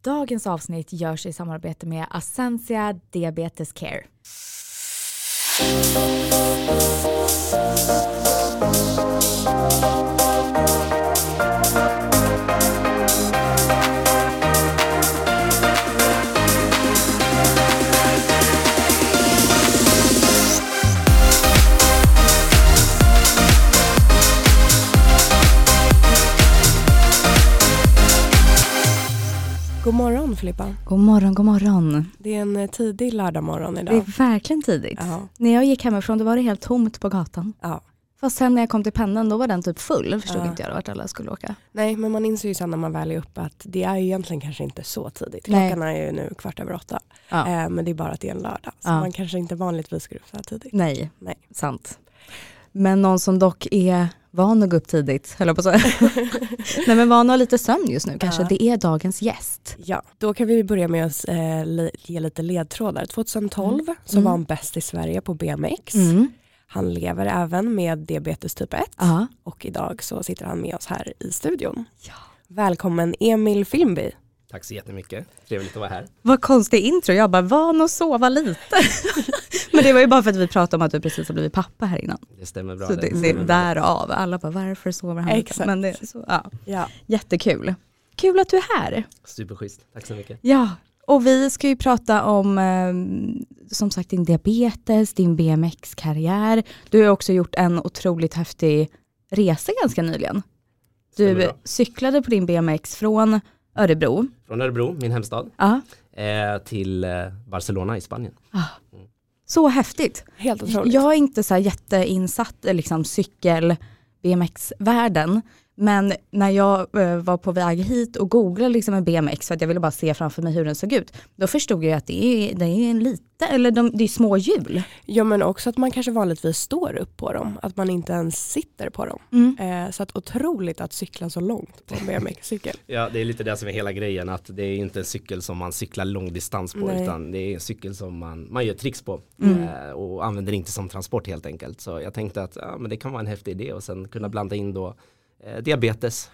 dagens avsnitt görs i samarbete med Ascensia Diabetes Care. God morgon Filippa. God morgon. Det är en tidig lördagmorgon idag. Det är verkligen tidigt. Ja. När jag gick hemifrån då var det helt tomt på gatan. Ja. Fast sen när jag kom till pennan då var den typ full. Förstod inte jag vart alla skulle åka. Nej, men man inser ju sen när man väl är uppe att det är ju egentligen kanske inte så tidigt. Nej. Klockan är ju nu 8:15. Ja. Men det är bara att det är en lördag. Så man kanske inte vanligtvis går upp så här tidigt. Nej, Nej. sant. Men någon som dock är van att gå upp tidigt, höll jag på att säga. Nej, men van att ha lite sömn just nu kanske. Det är dagens gäst. Ja, då kan vi börja med att ge lite ledtrådar. 2012 så var han bäst i Sverige på BMX. Han lever även med diabetes typ 1. Och idag så sitter han med oss här i studion. Ja. Välkommen Emil Filmby. Tack så jättemycket. Trevligt att vara här. Vad konstig intro. Jag bara, van att sova lite. Men det var ju bara för att vi pratade om att du precis har blivit pappa här innan. Det stämmer bra. Så det är därav. Alla bara, varför sover han? Exakt. Men det är så, Ja. Jättekul. Kul att du är här. Superschysst. Tack så mycket. Ja, och vi ska ju prata om som sagt din diabetes, din BMX-karriär. Du har också gjort en otroligt häftig resa ganska nyligen. Stämmer Du bra. cyklade på din BMX från Örebro. Från Örebro, min hemstad, Ja. till Barcelona i Spanien. Så häftigt. Helt otroligt. Jag är inte så här jätteinsatt liksom cykel-BMX-världen. Men när jag var på väg hit och googlade liksom en BMX för att jag ville bara se framför mig hur den såg ut. Då förstod jag att det är en lite, eller det är små hjul. Ja, men också att man kanske vanligtvis står upp på dem. Att man inte ens sitter på dem. Så att otroligt att cykla så långt på en BMX-cykel. Ja, det är lite det som är hela grejen. Att det är inte en cykel som man cyklar lång distans på. Nej. Utan det är en cykel som man gör tricks på. Och använder inte som transport helt enkelt. Så jag tänkte att men det kan vara en häftig idé. Och sen kunna blanda in då diabetes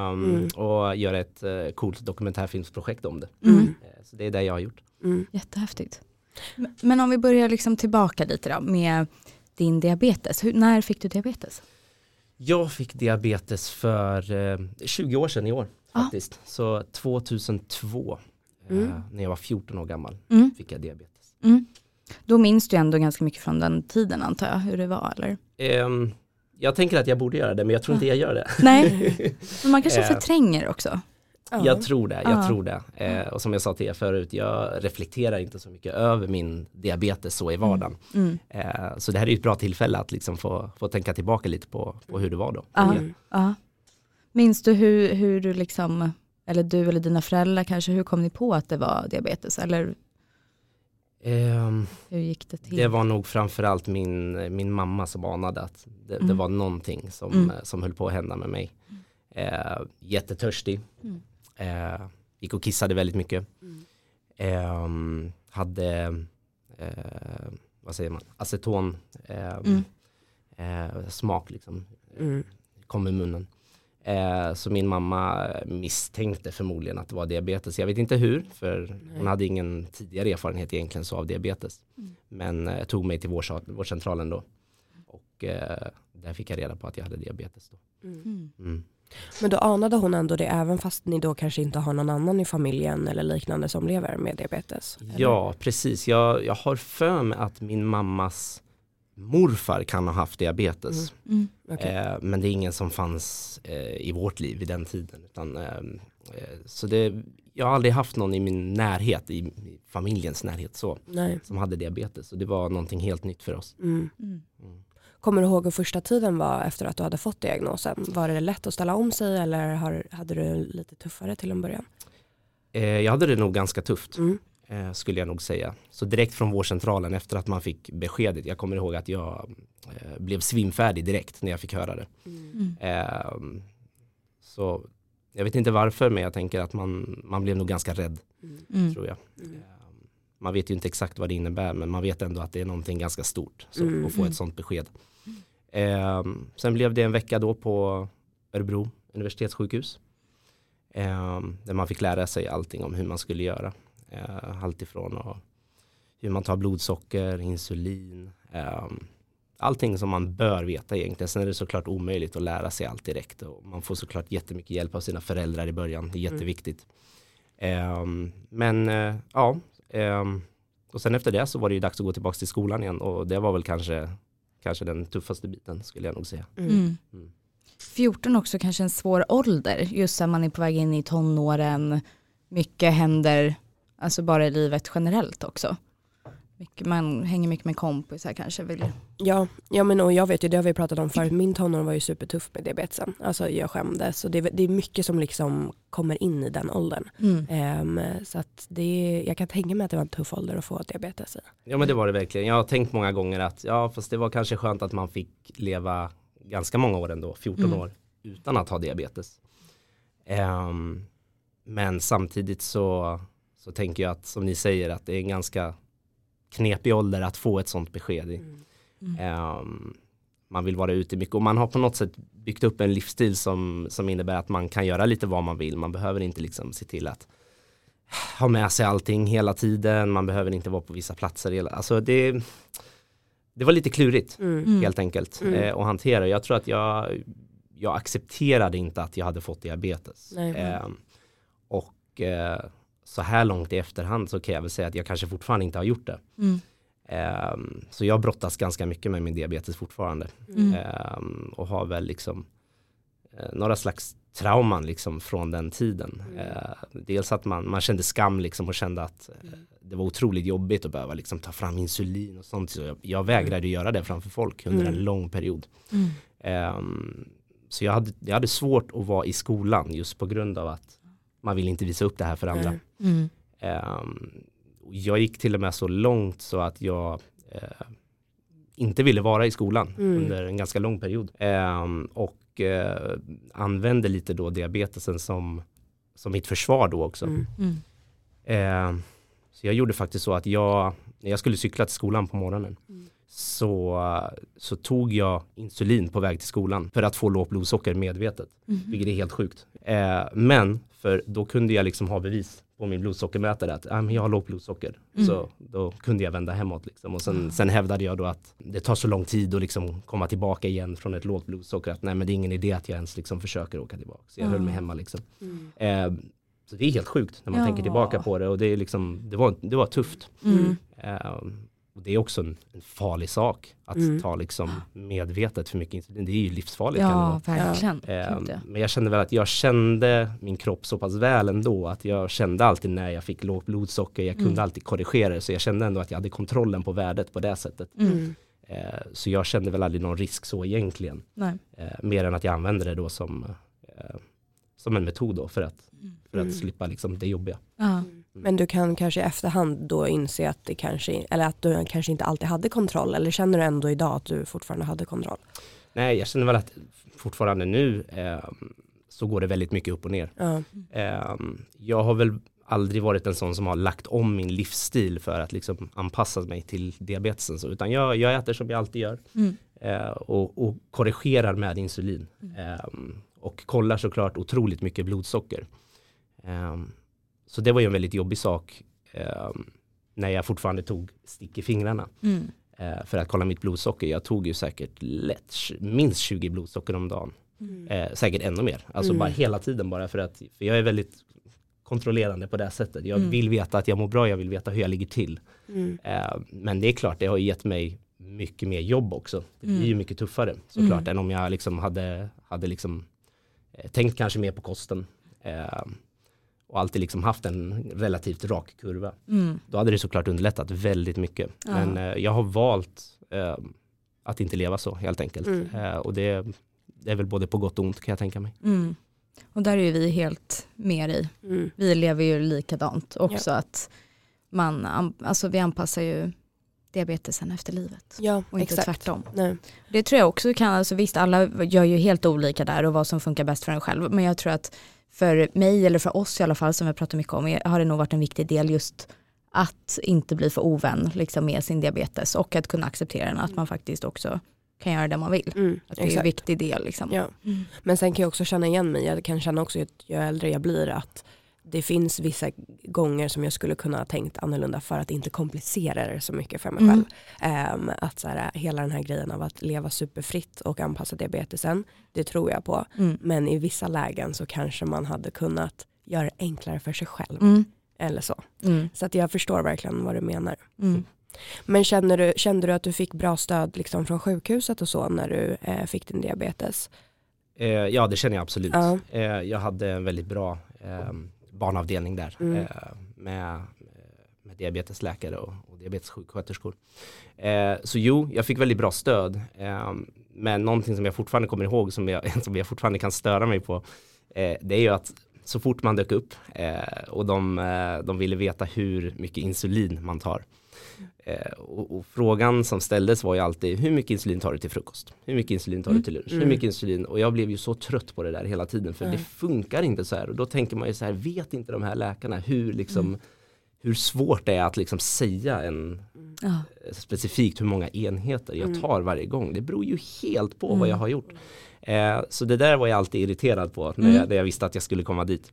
och göra ett coolt dokumentärfilmsprojekt om det. Så det är det jag har gjort. Jättehäftigt. Men om vi börjar liksom tillbaka lite då med din diabetes. När fick du diabetes? Jag fick diabetes för 20 år sedan i år faktiskt. Så 2002 när jag var 14 år gammal fick jag diabetes. Då minns du ändå ganska mycket från den tiden antar jag, hur det var eller? Jag tänker att jag borde göra det, men jag tror inte jag gör det. Nej, men man kanske förtränger också. Jag tror det. Och som jag sa till er förut, jag reflekterar inte så mycket över min diabetes så i vardagen. Så det här är ju ett bra tillfälle att liksom få tänka tillbaka lite på hur det var då. Minns du hur du liksom, eller du eller dina föräldrar kanske, hur kom ni på att det var diabetes? Eller hur gick det till? Det var nog framförallt min mamma som anade att det var någonting som höll på att hända med mig. Jättetörstig. Gick och kissade väldigt mycket. Hade vad säger man? Aceton smak liksom. Kom i munnen. Så min mamma misstänkte förmodligen att det var diabetes. Jag vet inte hur, för hon hade ingen tidigare erfarenhet egentligen så av diabetes. Men tog mig till vårdcentralen då. Och där fick jag reda på att jag hade diabetes då. Men då anade hon ändå det, även fast ni då kanske inte har någon annan i familjen eller liknande som lever med diabetes? Eller? Ja, precis. Jag har för mig att min mammas morfar kan ha haft diabetes. Okay. Men det är ingen som fanns i vårt liv i den tiden. Utan, så jag har aldrig haft någon i min närhet, i familjens närhet så, som hade diabetes. Och det var någonting helt nytt för oss. Kommer du ihåg hur första tiden var efter att du hade fått diagnosen? Var det lätt att ställa om sig eller hade du lite tuffare till en början? Jag hade det nog ganska tufft. Skulle jag nog säga. Så direkt från vårdcentralen efter att man fick beskedet. Jag kommer ihåg att jag blev svimfärdig direkt när jag fick höra det. Så jag vet inte varför, men jag tänker att man blev nog ganska rädd. Tror jag. Man vet ju inte exakt vad det innebär, men man vet ändå att det är någonting ganska stort så, att få ett sånt besked. Sen blev det en vecka då på Örebro universitetssjukhus. Där man fick lära sig allting om hur man skulle göra. Allt ifrån hur man tar blodsocker, insulin. Allting som man bör veta egentligen. Sen är det såklart omöjligt att lära sig allt direkt. Och man får såklart jättemycket hjälp av sina föräldrar i början. Det är jätteviktigt. Och sen efter det så var det ju dags att gå tillbaka till skolan igen. Och det var väl kanske den tuffaste biten skulle jag nog säga. 14 också kanske en svår ålder. Just när man är på väg in i tonåren. Mycket händer alltså bara i livet generellt också. Man hänger mycket med kompisar kanske. Ja, men och jag vet ju, det har vi pratat om förut. Min tonår var ju supertuff med diabetesen. Alltså jag skämdes. Så det är mycket som liksom kommer in i den åldern. Så att jag kan tänka mig att det var en tuff ålder att få diabetes i. Ja, men det var det verkligen. Jag har tänkt många gånger att fast det var kanske skönt att man fick leva ganska många år ändå, 14 år, utan att ha diabetes. Men samtidigt så tänker jag att, som ni säger, att det är en ganska knepig ålder att få ett sånt besked i. Man vill vara ute mycket och man har på något sätt byggt upp en livsstil som innebär att man kan göra lite vad man vill. Man behöver inte liksom se till att ha med sig allting hela tiden. Man behöver inte vara på vissa platser. Alltså det var lite klurigt helt enkelt att hantera. Jag tror att jag accepterade inte att jag hade fått diabetes. Så här långt i efterhand så kan jag väl säga att jag kanske fortfarande inte har gjort det. Så jag brottas ganska mycket med min diabetes fortfarande. Och har väl liksom några slags trauman liksom från den tiden. Dels att man kände skam liksom och kände att det var otroligt jobbigt att behöva liksom ta fram insulin och sånt. Så jag vägrade göra det framför folk under en lång period. Så jag hade svårt att vara i skolan just på grund av att man vill inte visa upp det här för andra. Jag gick till och med så långt så att jag inte ville vara i skolan under en ganska lång period. Och använde lite då diabetesen som mitt försvar då också. Så jag gjorde faktiskt så att när jag skulle cykla till skolan på morgonen så tog jag insulin på väg till skolan för att få lågt blodsocker medvetet. Vilket är helt sjukt. Men för då kunde jag liksom ha bevis på min blodsockermätare att jag har lågt blodsocker. Så då kunde jag vända hemåt. Liksom. Och sen hävdade jag då att det tar så lång tid att liksom komma tillbaka igen från ett lågt blodsocker. Att nej, men det är ingen idé att jag ens liksom försöker åka tillbaka. Så jag höll mig hemma liksom. Så det är helt sjukt när man tänker tillbaka på det. Och det är liksom, det var tufft. Och det är också en farlig sak att ta liksom medvetet för mycket insulin. Det är ju livsfarligt. Ja, verkligen. Men jag kände väl att jag kände min kropp så pass väl ändå. Att jag kände alltid när jag fick lågt blodsocker. Jag kunde alltid korrigera det. Så jag kände ändå att jag hade kontrollen på värdet på det sättet. Så jag kände väl aldrig någon risk så egentligen. Mer än att jag använde det då som en metod då för att slippa liksom det jobbiga. Men du kan kanske i efterhand då inse att att du kanske inte alltid hade kontroll, eller känner du ändå idag att du fortfarande hade kontroll? Nej, jag känner väl att fortfarande nu så går det väldigt mycket upp och ner. Jag har väl aldrig varit en sån som har lagt om min livsstil för att liksom anpassa mig till diabetesen. Så, utan jag äter som jag alltid gör och korrigerar med insulin. Och kollar såklart otroligt mycket blodsocker. Så det var ju en väldigt jobbig sak när jag fortfarande tog stick i fingrarna för att kolla mitt blodsocker. Jag tog ju säkert minst 20 blodsocker om dagen. Säkert ännu mer. Alltså bara hela tiden bara för jag är väldigt kontrollerande på det sättet. Jag vill veta att jag mår bra, jag vill veta hur jag ligger till. Men det är klart, det har gett mig mycket mer jobb också. Det blir ju mycket tuffare såklart än om jag liksom hade liksom tänkt kanske mer på kosten. Och alltid liksom haft en relativt rak kurva. Då hade det såklart underlättat väldigt mycket. Men jag har valt att inte leva så helt enkelt. Och det är väl både på gott och ont kan jag tänka mig. Och där är ju vi helt med i. Vi lever ju likadant också. Att vi anpassar ju diabetesen efter livet. Ja, och inte exakt. tvärtom. Nej. Det tror jag också kan, alltså visst alla gör ju helt olika där och vad som funkar bäst för en själv. Men jag tror att för mig eller för oss i alla fall som vi pratar mycket om har det nog varit en viktig del just att inte bli för ovän liksom, med sin diabetes och att kunna acceptera den, att man faktiskt också kan göra det man vill. Att det är en viktig del. Liksom. Ja. Men sen kan jag också känna igen mig. Jag kan känna också att ju äldre jag blir att det finns vissa gånger som jag skulle kunna ha tänkt annorlunda för att inte komplicera det så mycket för mig själv. Att så här, hela den här grejen av att leva superfritt och anpassa diabetesen, det tror jag på. Men i vissa lägen så kanske man hade kunnat göra det enklare för sig själv. Eller så. Så att jag förstår verkligen vad du menar. Men kände du att du fick bra stöd liksom från sjukhuset och så när du fick din diabetes? Ja, det känner jag absolut. Jag hade en väldigt bra barnavdelning där med diabetesläkare och diabetessjuksköterskor. Så jo, jag fick väldigt bra stöd. Men någonting som jag fortfarande kommer ihåg som jag fortfarande kan störa mig på, det är ju att så fort man dök upp och de ville veta hur mycket insulin man tar. Och frågan som ställdes var ju alltid, hur mycket insulin tar du till frukost? Hur mycket insulin tar du till lunch? Hur mycket insulin? Och jag blev ju så trött på det där hela tiden, för det funkar inte så här. Och då tänker man ju så här, vet inte de här läkarna hur svårt det är att liksom säga specifikt hur många enheter jag tar varje gång. Det beror ju helt på vad jag har gjort. Så det där var jag alltid irriterad på när jag visste att jag skulle komma dit.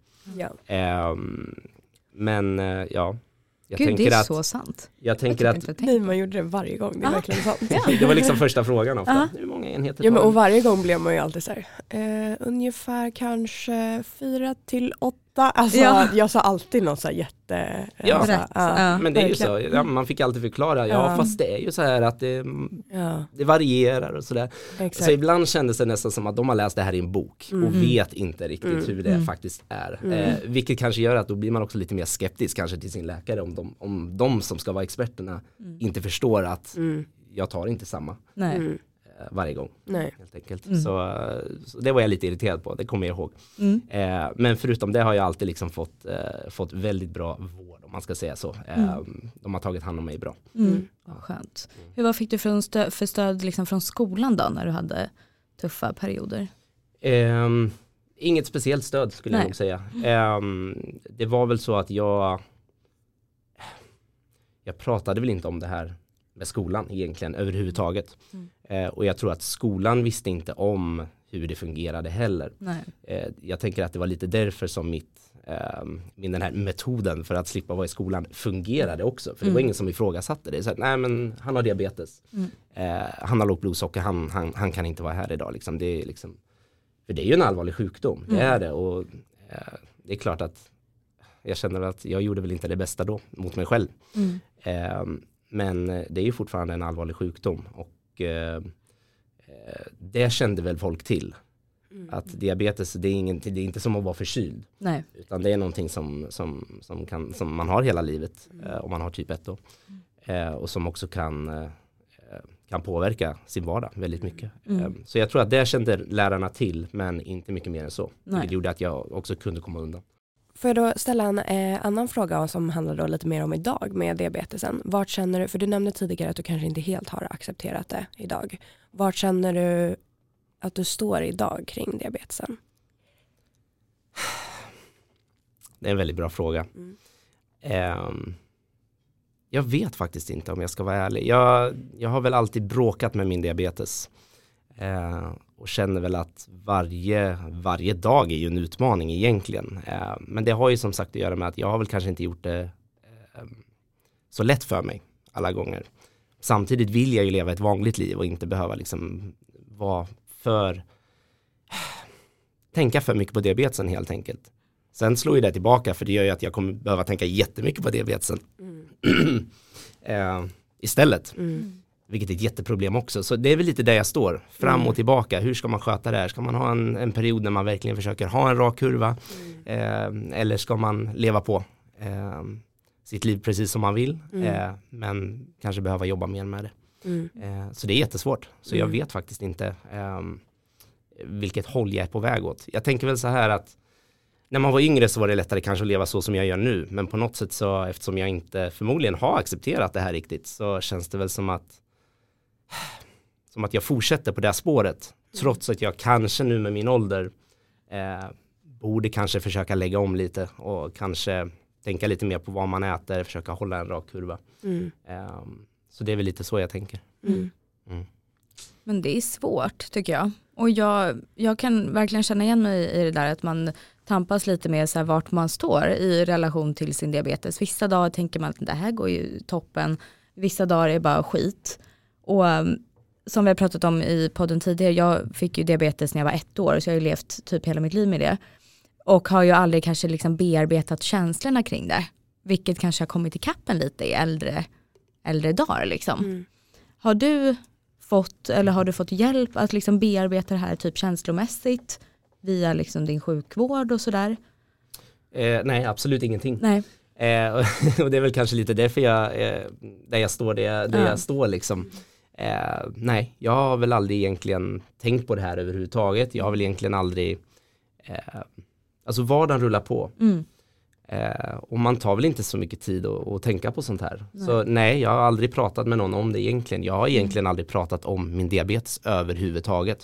Men ja. Gud, det är så sant. Jag tänker att man gjorde det varje gång. Det är verkligen sant. Det var liksom första frågan ofta. Hur många enheter tar och varje gång blev man ju alltid så här, ungefär kanske 4 till 8. Alltså jag sa alltid något så här jätte... Men det är ju så. Ja, man fick alltid förklara. Fast det är ju så här att det varierar och sådär. Så ibland kändes det nästan som att de har läst det här i en bok och vet inte riktigt hur det faktiskt är. Vilket kanske gör att då blir man också lite mer skeptisk kanske till sin läkare om de som ska vara experterna inte förstår att jag tar inte samma. Varje gång. Helt enkelt. Så det var jag lite irriterad på, det kommer jag ihåg. Men förutom det har jag alltid liksom fått väldigt bra vård, om man ska säga så. De har tagit hand om mig bra. Skönt. Vad fick du för stöd liksom från skolan då när du hade tuffa perioder? Inget speciellt stöd skulle jag nog säga. Det var väl så att jag pratade väl inte om det här med skolan egentligen överhuvudtaget. Och jag tror att skolan visste inte om hur det fungerade heller. Jag tänker att det var lite därför som den här metoden för att slippa vara i skolan fungerade också. För det var ingen som ifrågasatte det. Så att, nej, men han har diabetes. Han har lågt blodsocker. Han kan inte vara här idag. Liksom. Det är liksom, för det är ju en allvarlig sjukdom. Det är det. Och det är klart att jag känner att jag gjorde väl inte det bästa då mot mig själv. Men det är ju fortfarande en allvarlig sjukdom. Och det kände väl folk till. Att diabetes, det är inte som att vara förkyld. Utan det är någonting som man har hela livet. Om man har typ 1 då. Och som också kan påverka sin vardag väldigt mycket. Så jag tror att det kände lärarna till, men inte mycket mer än så. Det gjorde att jag också kunde komma undan. Får jag då ställa en annan fråga som handlar då lite mer om idag med diabetesen. Vart känner du, för du nämnde tidigare att du kanske inte helt har accepterat det idag. Vart känner du att du står idag kring diabetesen? Det är en väldigt bra fråga. Jag vet faktiskt inte, om jag ska vara ärlig. Jag har väl alltid bråkat med min diabetes. Och känner väl att varje dag är ju en utmaning egentligen. Men det har ju som sagt att göra med att jag har väl kanske inte gjort det så lätt för mig alla gånger. Samtidigt vill jag ju leva ett vanligt liv och inte behöva liksom tänka för mycket på diabetesen helt enkelt. Sen slår ju det tillbaka, för det gör ju att jag kommer behöva tänka jättemycket på diabetesen istället. Vilket är ett jätteproblem också. Så det är väl lite där jag står. Fram och tillbaka. Hur ska man sköta det här? Ska man ha en period när man verkligen försöker ha en rak kurva? Eller ska man leva på sitt liv precis som man vill? Men kanske behöva jobba mer med det. Så det är jättesvårt. Så jag vet faktiskt inte vilket håll jag är på väg åt. Jag tänker väl så här att när man var yngre så var det lättare kanske att leva så som jag gör nu. Men på något sätt så, eftersom jag inte förmodligen har accepterat det här riktigt, så känns det väl som att jag fortsätter på det här spåret. Trots att jag kanske nu med min ålder borde kanske försöka lägga om lite och kanske tänka lite mer på vad man äter, försöka hålla en rak kurva. Så det är väl lite så jag tänker. Men det är svårt tycker jag. Och jag kan verkligen känna igen mig i det där att man tampas lite med så här vart man står i relation till sin diabetes. Vissa dagar tänker man att det här går ju toppen. Vissa dagar är bara skit. Och som vi har pratat om i podden tidigare, jag fick ju diabetes när jag var 1 år, så jag har ju levt typ hela mitt liv med det. Och har ju aldrig kanske liksom bearbetat känslorna kring det. Vilket kanske har kommit i kappen lite i äldre dagar liksom. Har du fått hjälp att liksom bearbeta det här typ känslomässigt via liksom din sjukvård och sådär? Nej, absolut ingenting. Nej. Och det är väl kanske lite därför jag står där jag står liksom. Nej, jag har väl aldrig egentligen tänkt på det här överhuvudtaget. Jag har väl egentligen aldrig alltså vardagen rullar på. Och man tar väl inte så mycket tid att tänka på sånt här. Nej. Så nej, jag har aldrig pratat med någon om det egentligen. Jag har egentligen aldrig pratat om min diabetes överhuvudtaget.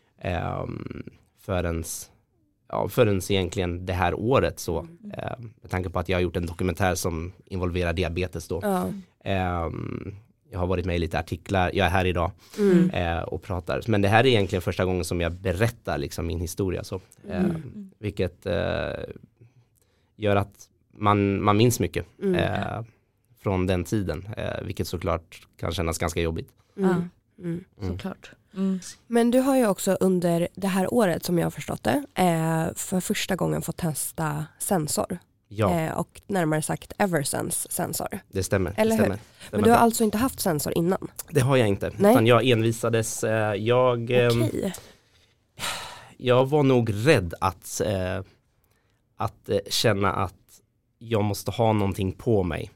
Förrän egentligen det här året så. Med tanke på att jag har gjort en dokumentär som involverar diabetes då. Jag har varit med i lite artiklar. Jag är här idag och pratar. Men det här är egentligen första gången som jag berättar liksom min historia. Så. Vilket gör att man minns mycket från den tiden. Vilket såklart kan kännas ganska jobbigt. Såklart. Men du har ju också under det här året som jag har förstått det för första gången fått testa sensor. Ja. Och närmare sagt Eversense sensor. Det stämmer. Eller det hur? stämmer. Men du har alltså inte haft sensor innan? Det har jag inte. Nej. Utan jag envisades. Jag var nog rädd att känna att jag måste ha någonting på mig.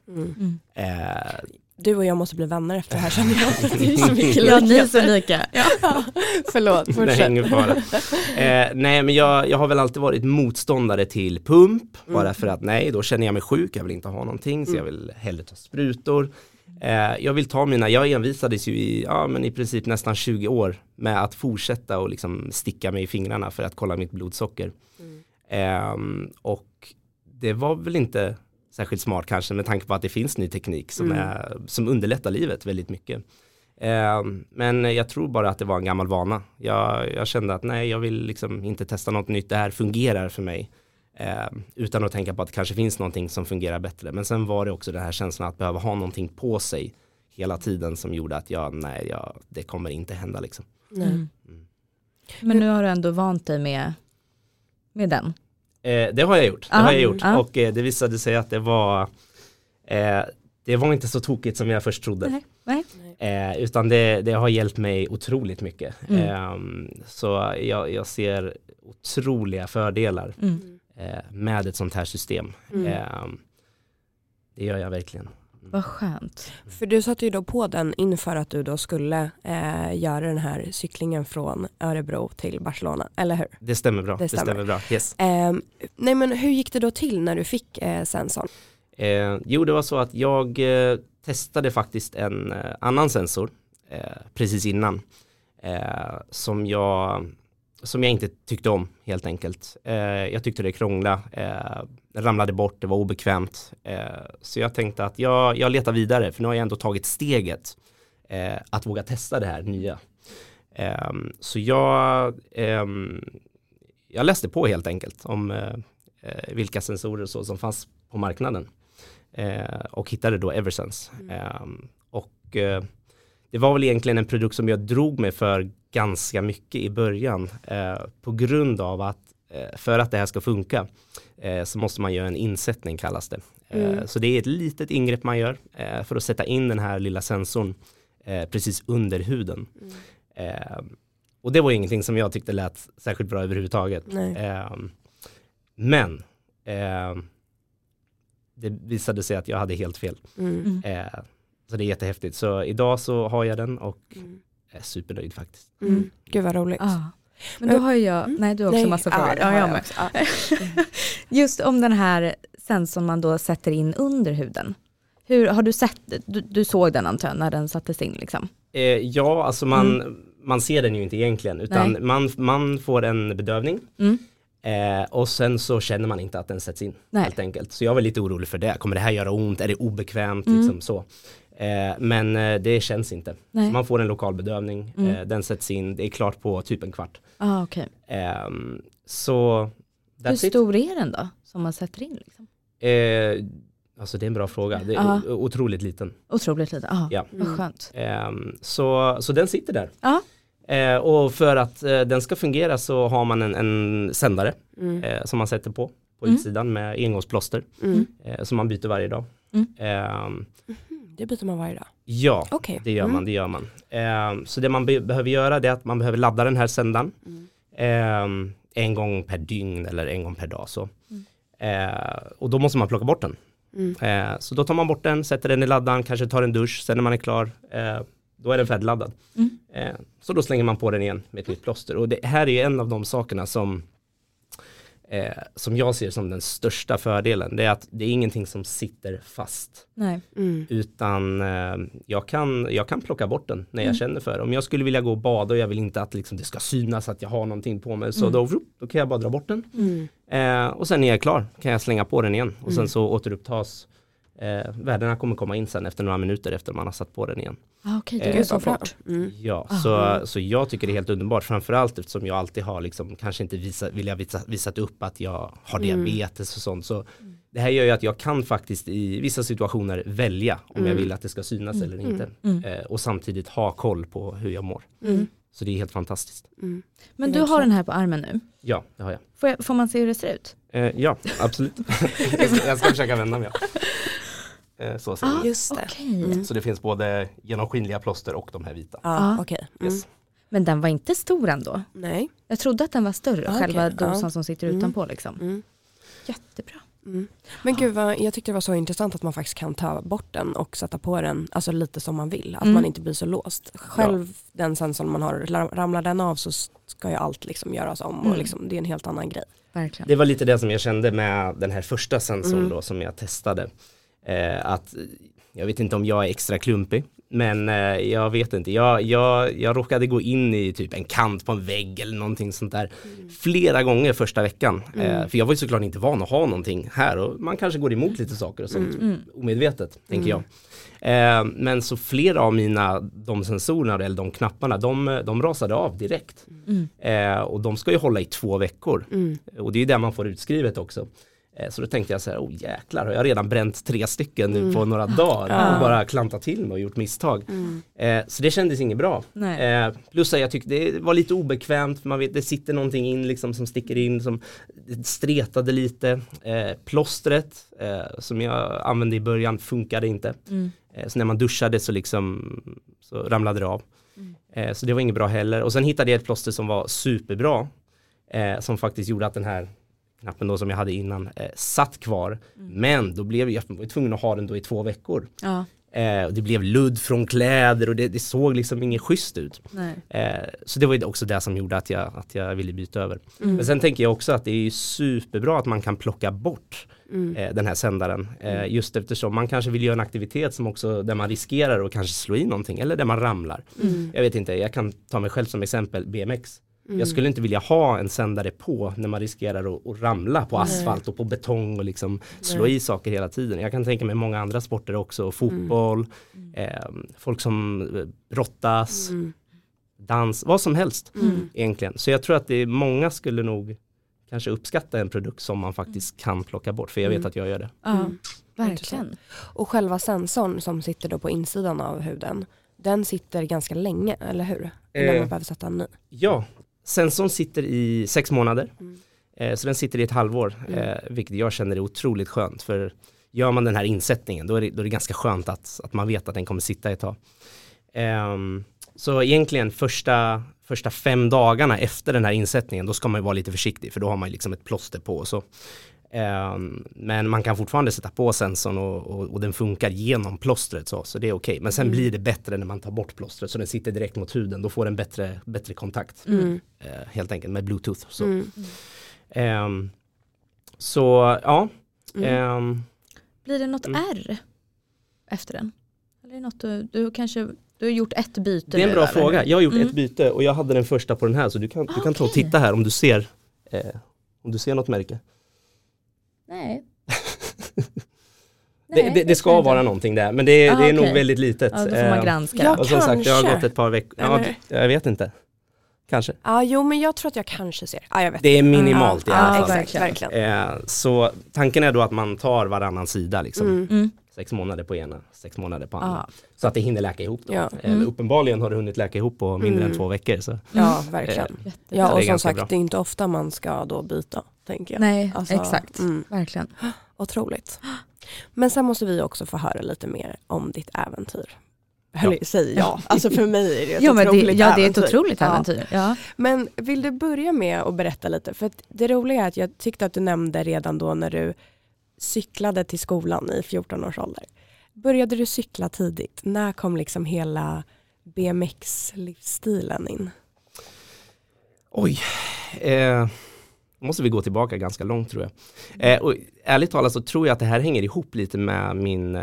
Du och jag måste bli vänner efter det här, känner jag. Det är så mycket lika. Ja, ni är så lika. Förlåt, fortsätt. Nej, men jag har väl alltid varit motståndare till pump. Bara för att då känner jag mig sjuk. Jag vill inte ha någonting, så jag vill hellre ta sprutor. Jag envisades ju i princip nästan 20 år med att fortsätta och liksom sticka mig i fingrarna för att kolla mitt blodsocker. Och det var väl inte särskilt smart kanske, med tanke på att det finns ny teknik som underlättar livet väldigt mycket. Men jag tror bara att det var en gammal vana. Jag kände att jag vill liksom inte testa något nytt. Det här fungerar för mig. Utan att tänka på att det kanske finns någonting som fungerar bättre. Men sen var det också den här känslan att behöva ha någonting på sig hela tiden som gjorde att det kommer inte hända liksom. Men nu har du ändå vant dig med den. Det har jag gjort. Och det visade sig att det var inte så tokigt som jag först trodde. Nej. Utan det har hjälpt mig otroligt mycket. Så jag ser otroliga fördelar med ett sånt här system. Det gör jag verkligen. Vad skönt. För du satte ju då på den inför att du då skulle göra den här cyklingen från Örebro till Barcelona, eller hur? Det stämmer bra. Det stämmer bra. Yes. Nej, men hur gick det då till när du fick sensorn? Det var så att jag testade faktiskt en annan sensor precis innan som jag inte tyckte om helt enkelt. Jag tyckte det krånglade, ramlade bort, det var obekvämt. Så jag tänkte att jag letar vidare, för nu har jag ändå tagit steget att våga testa det här nya. Så jag läste på helt enkelt om vilka sensorer så som fanns på marknaden. Och hittade då Eversense. Det var väl egentligen en produkt som jag drog mig för ganska mycket i början. På grund av att för att det här ska funka så måste man göra en insättning, kallas det. Så det är ett litet ingrepp man gör för att sätta in den här lilla sensorn precis under huden. Och det var ingenting som jag tyckte lät särskilt bra överhuvudtaget. Men det visade sig att jag hade helt fel. Så det är jättehäftigt. Så idag så har jag den och är supernöjd faktiskt. Gud vad roligt. Men då har jag, du har också massa frågor. Ja, jag med. Just om den här sensorn man då sätter in under huden. Hur har du sett, du såg den antar när den sattes in liksom? Ja, alltså man ser den ju inte egentligen, utan man får en bedövning. Och sen så känner man inte att den sätts in helt enkelt. Så jag var lite orolig för det. Kommer det här göra ont? Är det obekvämt? Liksom så. Men det känns inte. Så man får en lokal bedövning, den sätts in, det är klart på typ en kvart. Okay. Så hur stor är den då som man sätter in? Liksom? Alltså det är en bra fråga. Det är otroligt liten. Otroligt liten, ja. Vad skönt. Så den sitter där. Och för att den ska fungera så har man en sändare som man sätter på utsidan med engångsplåster som man byter varje dag. Det byter man varje dag? Ja, det gör man. Så det man behöver göra är att man behöver ladda den här sändaren en gång per dygn eller en gång per dag. Så. Och då måste man plocka bort den. Så då tar man bort den, sätter den i laddan, kanske tar en dusch, sen när man är klar då är den färdigladdad. Så då slänger man på den igen med ett nytt plåster. Och det här är en av de sakerna som jag ser som den största fördelen. Det är att det är ingenting som sitter fast. Nej. Utan jag kan plocka bort den när jag känner för det. Om jag skulle vilja gå och bada och jag vill inte att liksom, det ska synas att jag har någonting på mig. Så då kan jag bara dra bort den. Och sen när jag är klar kan jag slänga på den igen. Och sen så återupptas värdena kommer komma in sen efter några minuter efter man har satt på den igen. Okej, det är så fort. Ja, så jag tycker det är helt underbart. Framförallt eftersom jag alltid har liksom, kanske inte visat upp att jag har diabetes och sånt. Så det här gör ju att jag kan faktiskt i vissa situationer välja om jag vill att det ska synas eller inte. Och samtidigt ha koll på hur jag mår. Så det är helt fantastiskt. Men du har den här på armen nu? Ja, det har jag. Får man se hur det ser ut? Ja, absolut. jag ska försöka vända mig. Så ser det. Just det. Okay. Så det finns både genomskinliga plåster och de här vita. Yes. Men den var inte stor ändå? Nej. Jag trodde att den var större, själva dosan som sitter utanpå liksom. Jättebra. Men gud, jag tyckte det var så intressant att man faktiskt kan ta bort den och sätta på den alltså lite som man vill. Att man inte blir så låst. Själv den sensorn man har, ramlar den av så ska ju allt liksom göras om. Och liksom, det är en helt annan grej. Verkligen. Det var lite det som jag kände med den här första sensorn då, som jag testade. Att jag vet inte om jag är extra klumpig, men jag vet inte, jag råkade gå in i typ en kant på en vägg eller någonting sånt där flera gånger första veckan, för jag var ju såklart inte van att ha någonting här och man kanske går emot lite saker och sånt omedvetet, tänker jag. Men så flera av de sensorerna eller de knapparna, de rasade av direkt. Och de ska ju hålla i 2 veckor. Och det är ju där man får utskrivet också. Så då tänkte jag så här, jäklar, har jag redan bränt 3 stycken nu på några dagar och bara klantat till mig och gjort misstag. Så det kändes inget bra. Plus att jag tyckte det var lite obekvämt, för man vet, det sitter någonting in liksom, som sticker in, som stretade lite. Plåstret som jag använde i början funkade inte. Så när man duschade så ramlade det av. Så det var inget bra heller. Och sen hittade jag ett plåster som var superbra, som faktiskt gjorde att den här knappen då som jag hade innan satt kvar. Men då blev jag tvungen att ha den då i 2 veckor. Och det blev ludd från kläder och det såg liksom inget schysst ut. Så det var också det som gjorde att jag ville byta över. Men sen tänker jag också att det är superbra att man kan plocka bort den här sändaren. Just eftersom man kanske vill göra en aktivitet som också där man riskerar att kanske slå i någonting eller där man ramlar. Jag vet inte, jag kan ta mig själv som exempel, BMX. Jag skulle inte vilja ha en sändare på när man riskerar att ramla på asfalt och på betong och liksom slå i saker hela tiden. Jag kan tänka mig många andra sporter också, fotboll, folk som brottas, dans, vad som helst egentligen. Så jag tror att många skulle nog kanske uppskatta en produkt som man faktiskt kan plocka bort, för jag vet att jag gör det. Verkligen. Och själva sensorn som sitter då på insidan av huden, den sitter ganska länge, eller hur? Innan man behöver sätta en ny. Ja, sensorn sitter i 6 månader. Så den sitter i ett halvår. Vilket jag känner är otroligt skönt. För gör man den här insättningen då är det ganska skönt att man vet att den kommer sitta ett tag. Så egentligen första 5 dagarna efter den här insättningen, då ska man ju vara lite försiktig. För då har man liksom ett plåster på. Så. Men man kan fortfarande sätta på sensorn och den funkar genom plåstret, så det är okej. Men sen blir det bättre när man tar bort plåstret, så den sitter direkt mot huden. Då får den bättre kontakt helt enkelt med Bluetooth. Så ja. Blir det något R efter den? Eller är det något du har gjort ett byte? Det är en bra fråga. Jag har gjort ett byte och jag hade den första på den här, så du kan ta och titta här om du ser något märke. Nej. Det ska vara någonting där, men det är nog väldigt litet. Ja, då får man granska. Ja, och som sagt, det har kanske. gått ett par veckor. Ja, jag vet inte. Kanske. Ja, jo, men jag tror att jag kanske ser. Ja, jag vet. Det är minimalt i alla fall. Exakt, verkligen. Så tanken är då att man tar varannan sida liksom. 6 månader på ena, 6 månader på andra. Så att det hinner läka ihop då. Uppenbarligen har det hunnit läka ihop på mindre än 2 veckor. Så. Ja, verkligen. Ja, och som sagt, bra. det är inte ofta man ska då byta, tänker jag. Nej, alltså, exakt. Verkligen. Otroligt. Men sen måste vi också få höra lite mer om ditt äventyr. Säger jag. Alltså för mig är det ett otroligt äventyr. Ja, det är ett otroligt äventyr. Ja. Men vill du börja med att berätta lite? För att det roliga är att jag tyckte att du nämnde redan då när du cyklade till skolan i 14 års ålder. Började du cykla tidigt? När kom liksom hela BMX-livsstilen in? Oj, måste vi gå tillbaka ganska långt tror jag. Och ärligt talat så tror jag att det här hänger ihop lite med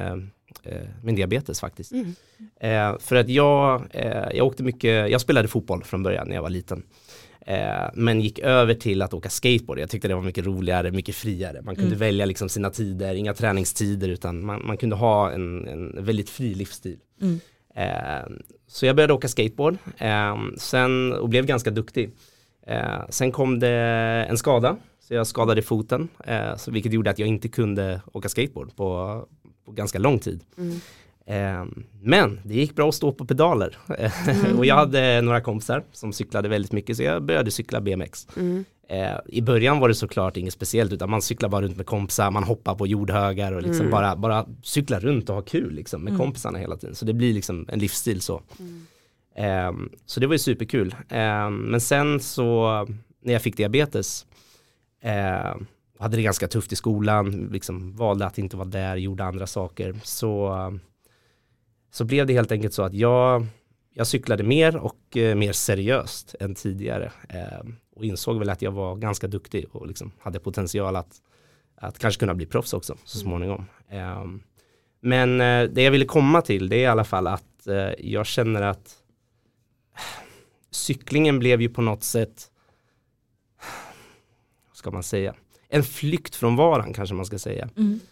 min diabetes faktiskt. För att jag åkte mycket, jag spelade fotboll från början när jag var liten. Men gick över till att åka skateboard. Jag tyckte det var mycket roligare, mycket friare. Man kunde välja liksom sina tider, inga träningstider, utan man kunde ha en väldigt fri livsstil. Så jag började åka skateboard sen, och blev ganska duktig. Sen kom det en skada, så jag skadade foten, vilket gjorde att jag inte kunde åka skateboard på ganska lång tid. Men det gick bra att stå på pedaler. Och jag hade några kompisar som cyklade väldigt mycket, så jag började cykla BMX. I början var det såklart inget speciellt, utan man cyklar bara runt med kompisar, man hoppar på jordhögar och liksom bara cyklar runt och ha kul liksom, med kompisarna hela tiden. Så det blir liksom en livsstil så. Så det var ju superkul. Men sen så när jag fick diabetes hade det ganska tufft i skolan, liksom valde att inte vara där, gjorde andra saker. Så blev det helt enkelt så att jag cyklade mer och mer seriöst än tidigare. Och insåg väl att jag var ganska duktig och liksom hade potential att kanske kunna bli proffs också så småningom. Men det jag ville komma till, det är i alla fall att jag känner att cyklingen blev ju på något sätt, vad ska man säga, en flykt från varan kanske man ska säga.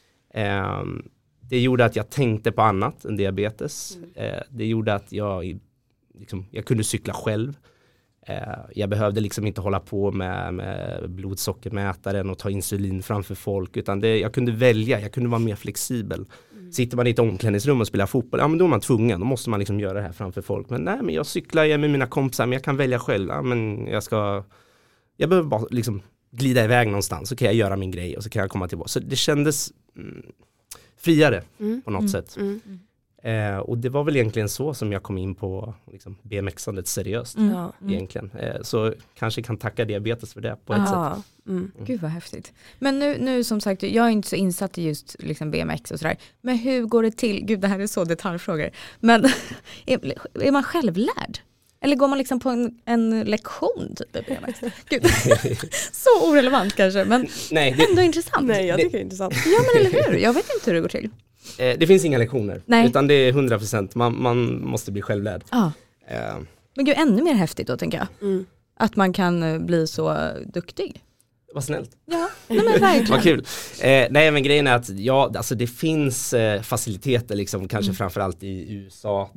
Det gjorde att jag tänkte på annat än diabetes. Det gjorde att jag kunde cykla själv. Jag behövde liksom inte hålla på med blodsockermätaren och ta insulin framför folk, utan jag kunde välja, jag kunde vara mer flexibel. Sitter man i ett omklädningsrum och spelar fotboll, ja men då är man tvungen, då måste man liksom göra det här framför folk. Men nej, men jag cyklar med mina kompisar, men jag kan välja själv. Ja, men jag behöver bara liksom glida iväg någonstans, så kan jag göra min grej och så kan jag komma tillbaka. Så det kändes friare på något sätt. Och det var väl egentligen så som jag kom in på liksom, BMX-andet seriöst egentligen. Så kanske kan tacka diabetes för det på ett sätt. Gud vad häftigt. Men nu som sagt, jag är inte så insatt i just liksom BMX och sådär. Men hur går det till? Gud, det här är så detaljfrågor. Men är man självlärd? Eller går man liksom på en lektion typ i BMX? Gud. Så orelevant kanske, men ändå intressant. Nej, jag tycker det är intressant. Ja, men eller hur? Jag vet inte hur det går till. Det finns inga lektioner, utan det är 100%. Man måste bli självlärd. Men gud, ännu mer häftigt då tänker jag. Att man kan bli så duktig. Vad snällt. Ja, nej, men verkligen. Vad kul. Nej, men grejen är att alltså det finns faciliteter liksom, kanske framförallt i USA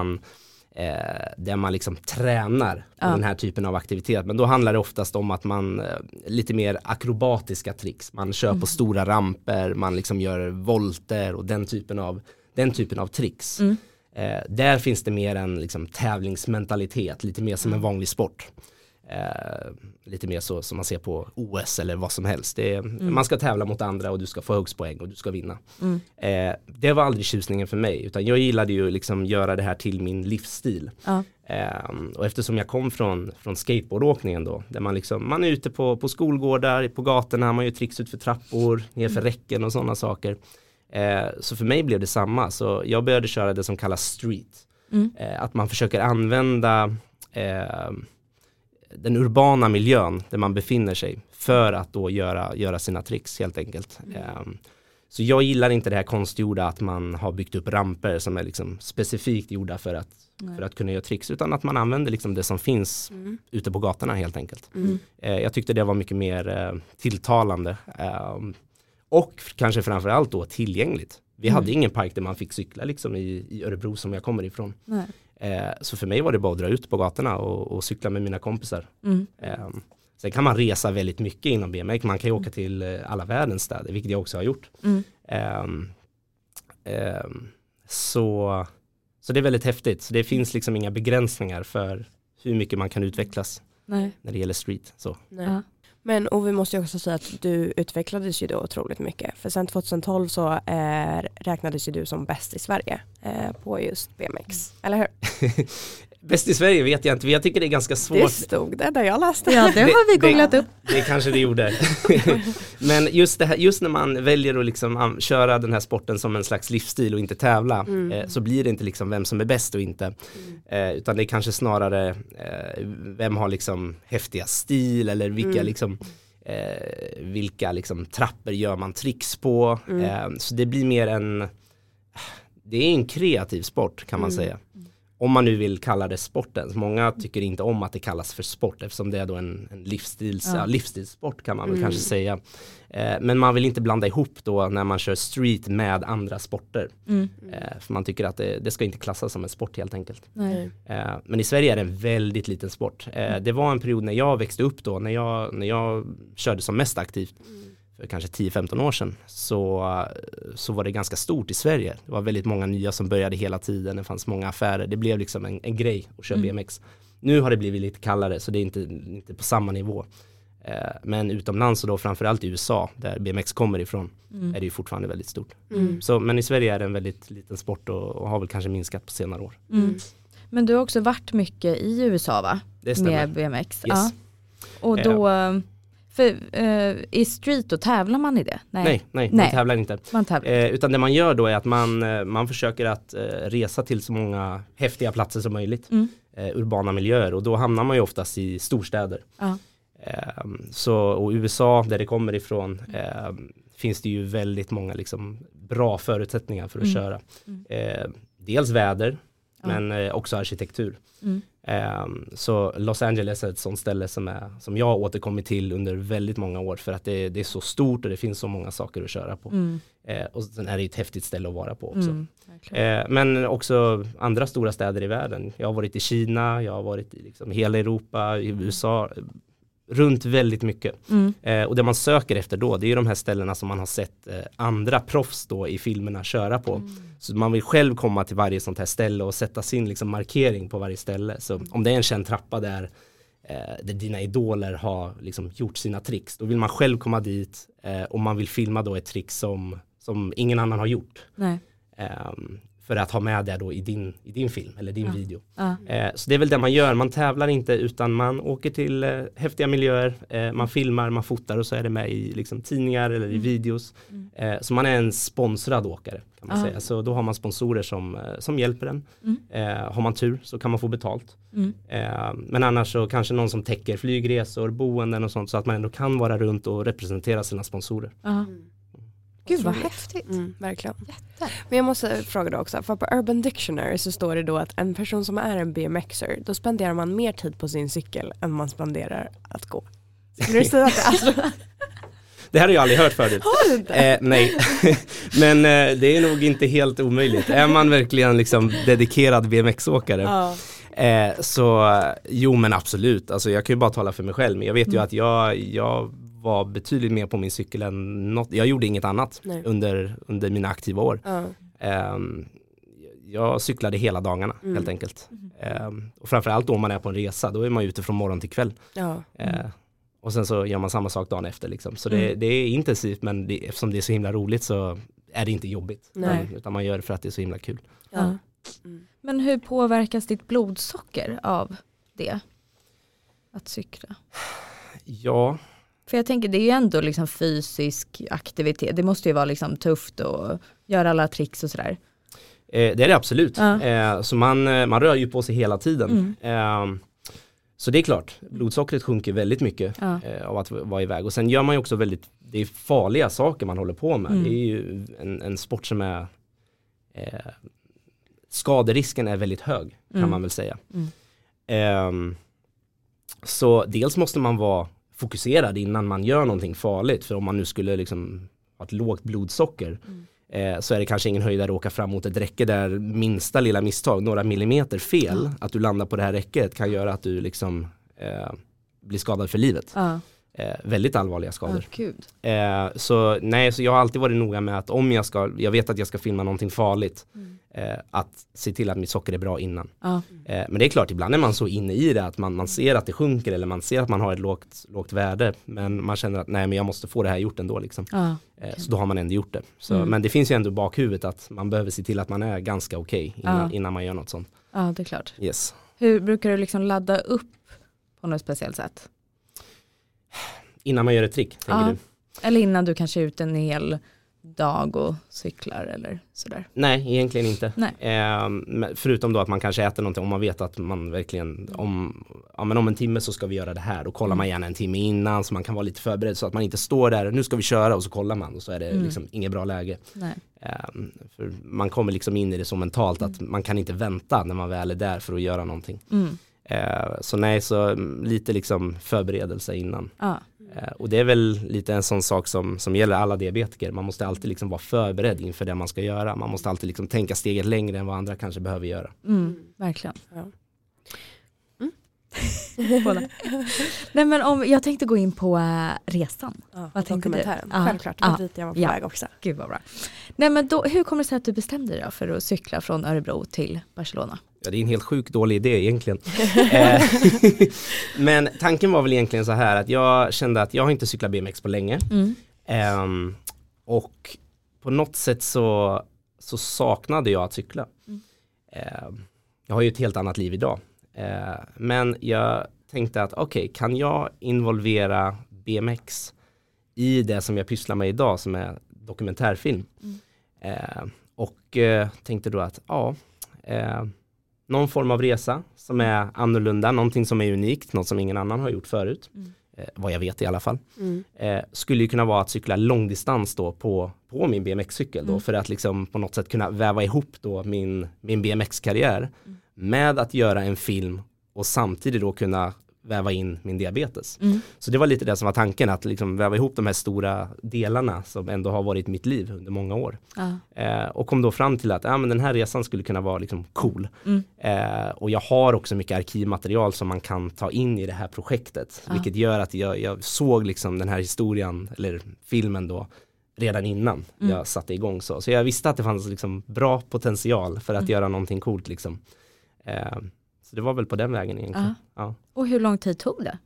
där man liksom tränar på den här typen av aktivitet. Men då handlar det oftast om att man lite mer akrobatiska tricks. Man kör på stora ramper, man liksom gör volter och den typen av tricks. Där finns det mer en liksom tävlingsmentalitet, lite mer som en vanlig sport. Lite mer så som man ser på OS eller vad som helst. Man ska tävla mot andra och du ska få högst poäng och du ska vinna. Det var aldrig tjusningen för mig, utan jag gillade ju liksom göra det här till min livsstil. Och eftersom jag kom från skateboardåkningen då, där man är ute på skolgårdar, på gatorna, man gör tricks ut för trappor, ner för räcken och sådana saker. Så för mig blev det samma. Så jag började köra det som kallas street. Att man försöker använda den urbana miljön där man befinner sig för att då göra sina tricks helt enkelt. Så jag gillar inte det här konstgjorda att man har byggt upp ramper som är liksom specifikt gjorda för att kunna göra tricks, utan att man använder liksom det som finns ute på gatorna helt enkelt. Jag tyckte det var mycket mer tilltalande och kanske framförallt då tillgängligt. Vi hade ingen park där man fick cykla liksom i Örebro som jag kommer ifrån. Så för mig var det bara att dra ut på gatorna och cykla med mina kompisar. Sen kan man resa väldigt mycket inom BMX. Man kan ju åka till alla världens städer, vilket jag också har gjort. Så det är väldigt häftigt. Så det finns liksom inga begränsningar för hur mycket man kan utvecklas när det gäller street. Så. Men och vi måste ju också säga att du utvecklades ju då otroligt mycket. För sen 2012 så räknades ju du som bäst i Sverige på just BMX, eller hur? Bäst i Sverige vet jag inte, jag tycker det är ganska svårt. Det stod det där jag läste. Ja, det har vi googlat upp. Det kanske det gjorde. Men just just när man väljer att liksom köra den här sporten som en slags livsstil och inte tävla, så blir det inte liksom vem som är bäst och inte. Utan det är kanske snarare vem har liksom häftiga stil eller vilka liksom trappor gör man tricks på. Så det blir mer det är en kreativ sport kan man säga. Om man nu vill kalla det sporten. Många tycker inte om att det kallas för sport eftersom det är då en livsstilssport kan man väl kanske säga. Men man vill inte blanda ihop då när man kör street med andra sporter. För man tycker att det ska inte klassas som en sport helt enkelt. Men i Sverige är det en väldigt liten sport. Det var en period när jag växte upp då, när jag körde som mest aktivt. För kanske 10-15 år sedan så var det ganska stort i Sverige. Det var väldigt många nya som började hela tiden. Det fanns många affärer. Det blev liksom en grej att köra BMX. Nu har det blivit lite kallare så det är inte på samma nivå. Men utomlands och då framförallt i USA där BMX kommer ifrån är det ju fortfarande väldigt stort. Men i Sverige är det en väldigt liten sport och har väl kanske minskat på senare år. Men du har också varit mycket i USA va? Det stämmer. Med BMX. Yes. Ja. Och då... i street då tävlar man i det? Nej, man tävlar inte. Utan det man gör då är att man försöker att resa till så många häftiga platser som möjligt. Urbana miljöer. Och då hamnar man ju oftast i storstäder. Och USA, där det kommer ifrån, finns det ju väldigt många liksom, bra förutsättningar för att köra. Dels väder, men också arkitektur. Så Los Angeles är ett sånt ställe som jag har återkommit till under väldigt många år för att det är så stort och det finns så många saker att köra på. Och sen är det ett häftigt ställe att vara på också. Men också andra stora städer i världen. Jag har varit i Kina, jag har varit i liksom hela Europa, i USA, runt väldigt mycket. Och det man söker efter då, det är ju de här ställena som man har sett andra proffs då i filmerna köra på. Så man vill själv komma till varje sånt här ställe och sätta sin liksom markering på varje ställe. Så om det är en känd trappa där dina idoler har liksom gjort sina tricks, då vill man själv komma dit och man vill filma då ett trick som ingen annan har gjort. För att ha med det då i din film eller din video. Så det är väl det man gör. Man tävlar inte utan man åker till häftiga miljöer. Man filmar, man fotar och så är det med i liksom, tidningar eller i videos. Så man är en sponsrad åkare kan man säga. Så då har man sponsorer som hjälper en. Har man tur så kan man få betalt. Men annars så kanske någon som täcker flygresor, boenden och sånt så att man ändå kan vara runt och representera sina sponsorer. Gud vad häftigt. Verkligen. Men jag måste fråga då också, för på Urban Dictionary så står det då att en person som är en BMXer, då spenderar man mer tid på sin cykel än man spenderar att gå. Skulle du säga att det alltså? Det här har jag aldrig hört förut. Har du inte? Nej, men det är nog inte helt omöjligt. Är man verkligen liksom dedikerad BMX-åkare så jo men absolut. Alltså, jag kan ju bara tala för mig själv, men jag vet ju att jag var betydligt mer på min cykel än något. Jag gjorde inget annat under mina aktiva år. Jag cyklade hela dagarna helt enkelt. Och framförallt då man är på en resa, då är man ute från morgon till kväll. Och sen så gör man samma sak dagen efter. Liksom. Så det är intensivt, men eftersom det är så himla roligt så är det inte jobbigt. Utan man gör det för att det är så himla kul. Men hur påverkas ditt blodsocker av det? Att cykla? Ja. För jag tänker, det är ju ändå liksom fysisk aktivitet. Det måste ju vara liksom tufft och göra alla tricks och sådär. Det är det absolut. Så man rör ju på sig hela tiden. Så det är klart, blodsockret sjunker väldigt mycket av att vara iväg. Och sen gör man ju också det är farliga saker man håller på med. Det är ju en sport som är skaderisken är väldigt hög kan man väl säga. Så dels måste man vara fokuserad innan man gör någonting farligt. För om man nu skulle liksom ha ett lågt blodsocker så är det kanske ingen höjdare att åka fram mot ett räcke där minsta lilla misstag, några millimeter fel, att du landar på det här räcket kan göra att du liksom blir skadad för livet. Väldigt allvarliga skador. Så jag har alltid varit noga med att om jag vet att jag ska filma någonting farligt, att se till att mitt socker är bra innan. Men det är klart, ibland är man så inne i det att man ser att det sjunker eller man ser att man har ett lågt värde, men man känner att men jag måste få det här gjort ändå liksom. Så då har man ändå gjort det. Så, men det finns ju ändå bakhuvudet att man behöver se till att man är ganska okej innan man gör något sånt. Ja, det är klart. Yes. Hur brukar du liksom ladda upp på något speciellt sätt? Innan man gör ett trick, tänker du? Eller innan du kanske är ute en hel dag och cyklar eller sådär? Nej, egentligen inte. Förutom då att man kanske äter någonting, om man vet att man verkligen om en timme så ska vi göra det här, då kollar man gärna en timme innan så man kan vara lite förberedd så att man inte står där, nu ska vi köra och så kollar man och så är det liksom inget bra läge. För man kommer liksom in i det så mentalt att man kan inte vänta när man väl är där för att göra någonting. Så lite liksom förberedelse innan. Och det är väl lite en sån sak som gäller alla diabetiker. Man måste alltid liksom vara förberedd inför det man ska göra. Man måste alltid liksom tänka steget längre än vad andra kanske behöver göra. Verkligen. Nej, men jag tänkte gå in på resan. Vad tänkte du? Självklart, det var dit jag var på väg också. Gud vad bra. Nej, men då, hur kommer det sig att du bestämde dig för att cykla från Örebro till Barcelona? Ja, det är en helt sjukt dålig idé egentligen. Men tanken var väl egentligen så här att jag kände att jag har inte cyklat BMX på länge. Och på något sätt så saknade jag att cykla. Jag har ju ett helt annat liv idag. Men jag tänkte att kan jag involvera BMX i det som jag pysslar med idag som är dokumentärfilm. Och tänkte då att någon form av resa som är annorlunda, någonting som är unikt, något som ingen annan har gjort förut. Vad jag vet i alla fall. Skulle ju kunna vara att cykla långdistans då på min BMX-cykel då, för att liksom på något sätt kunna väva ihop då min BMX-karriär med att göra en film och samtidigt då kunna väva in min diabetes. Så det var lite det som var tanken, att liksom väva ihop de här stora delarna som ändå har varit mitt liv under många år. Och kom då fram till att men den här resan skulle kunna vara liksom cool. Och jag har också mycket arkivmaterial som man kan ta in i det här projektet. Vilket gör att jag såg liksom den här historien, eller filmen då, redan innan jag satte igång. Så jag visste att det fanns liksom bra potential för att göra någonting coolt liksom. Så det var väl på den vägen egentligen. Och hur lång tid tog det?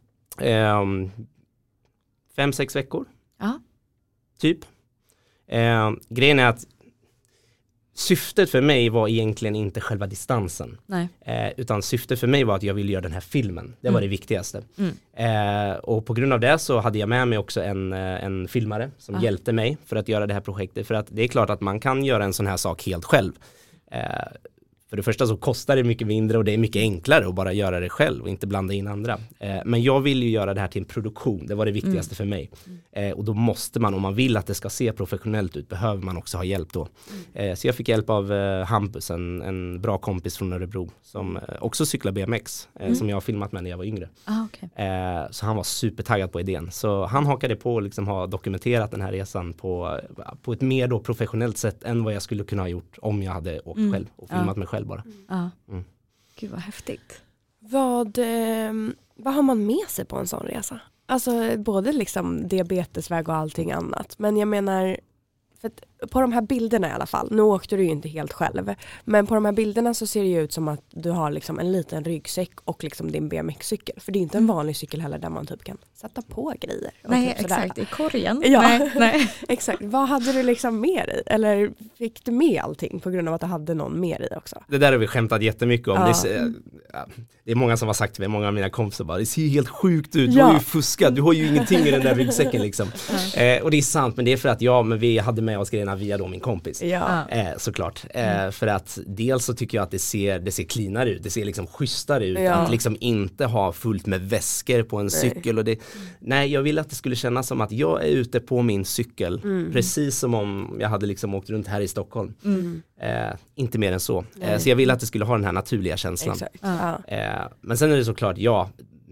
5-6 veckor. Typ. Grejen är att syftet för mig var egentligen inte själva distansen. Utan syftet för mig var att jag ville göra den här filmen. Det var det viktigaste. Och på grund av det så hade jag med mig också en filmare som hjälpte mig för att göra det här projektet. För att det är klart att man kan göra en sån här sak helt själv. För det första så kostar det mycket mindre och det är mycket enklare att bara göra det själv och inte blanda in andra. Men jag vill ju göra det här till en produktion. Det var det viktigaste för mig. Och då måste man, om man vill att det ska se professionellt ut, behöver man också ha hjälp då. Så jag fick hjälp av Hampus, en bra kompis från Örebro som också cyklar BMX, som jag har filmat med när jag var yngre. Så han var supertaggad på idén. Så han hakade på och liksom har dokumenterat den här resan på ett mer då professionellt sätt än vad jag skulle kunna ha gjort om jag hade åkt själv och filmat mig själv bara. Gud vad häftigt. Vad har man med sig på en sån resa? Alltså både liksom diabetesväg och allting annat. Men jag menar, för att på de här bilderna i alla fall, nu åkte du ju inte helt själv, men på de här bilderna så ser det ju ut som att du har liksom en liten ryggsäck och liksom din BMX-cykel. För det är inte en vanlig cykel heller där man typ kan sätta på grejer. Nej, typ exakt, i korgen. Nej. Exakt. Vad hade du liksom med dig? Eller fick du med allting på grund av att du hade någon med dig också? Det där har vi skämtat jättemycket om. Det är många som har sagt till mig, många av mina kompisar bara, det ser helt sjukt ut, du har ju fuskat, du har ju ingenting i den där ryggsäcken liksom. Och det är sant, men det är för att vi hade med oss grejerna via då min kompis. Såklart. För att dels så tycker jag att det ser cleanare ut, det ser liksom schysstare ut, att liksom inte ha fullt med väskor på en cykel. Och nej, jag ville att det skulle kännas som att jag är ute på min cykel, precis som om jag hade liksom åkt runt här i Stockholm. Inte mer än så. Så jag ville att det skulle ha den här naturliga känslan. Men sen är det såklart,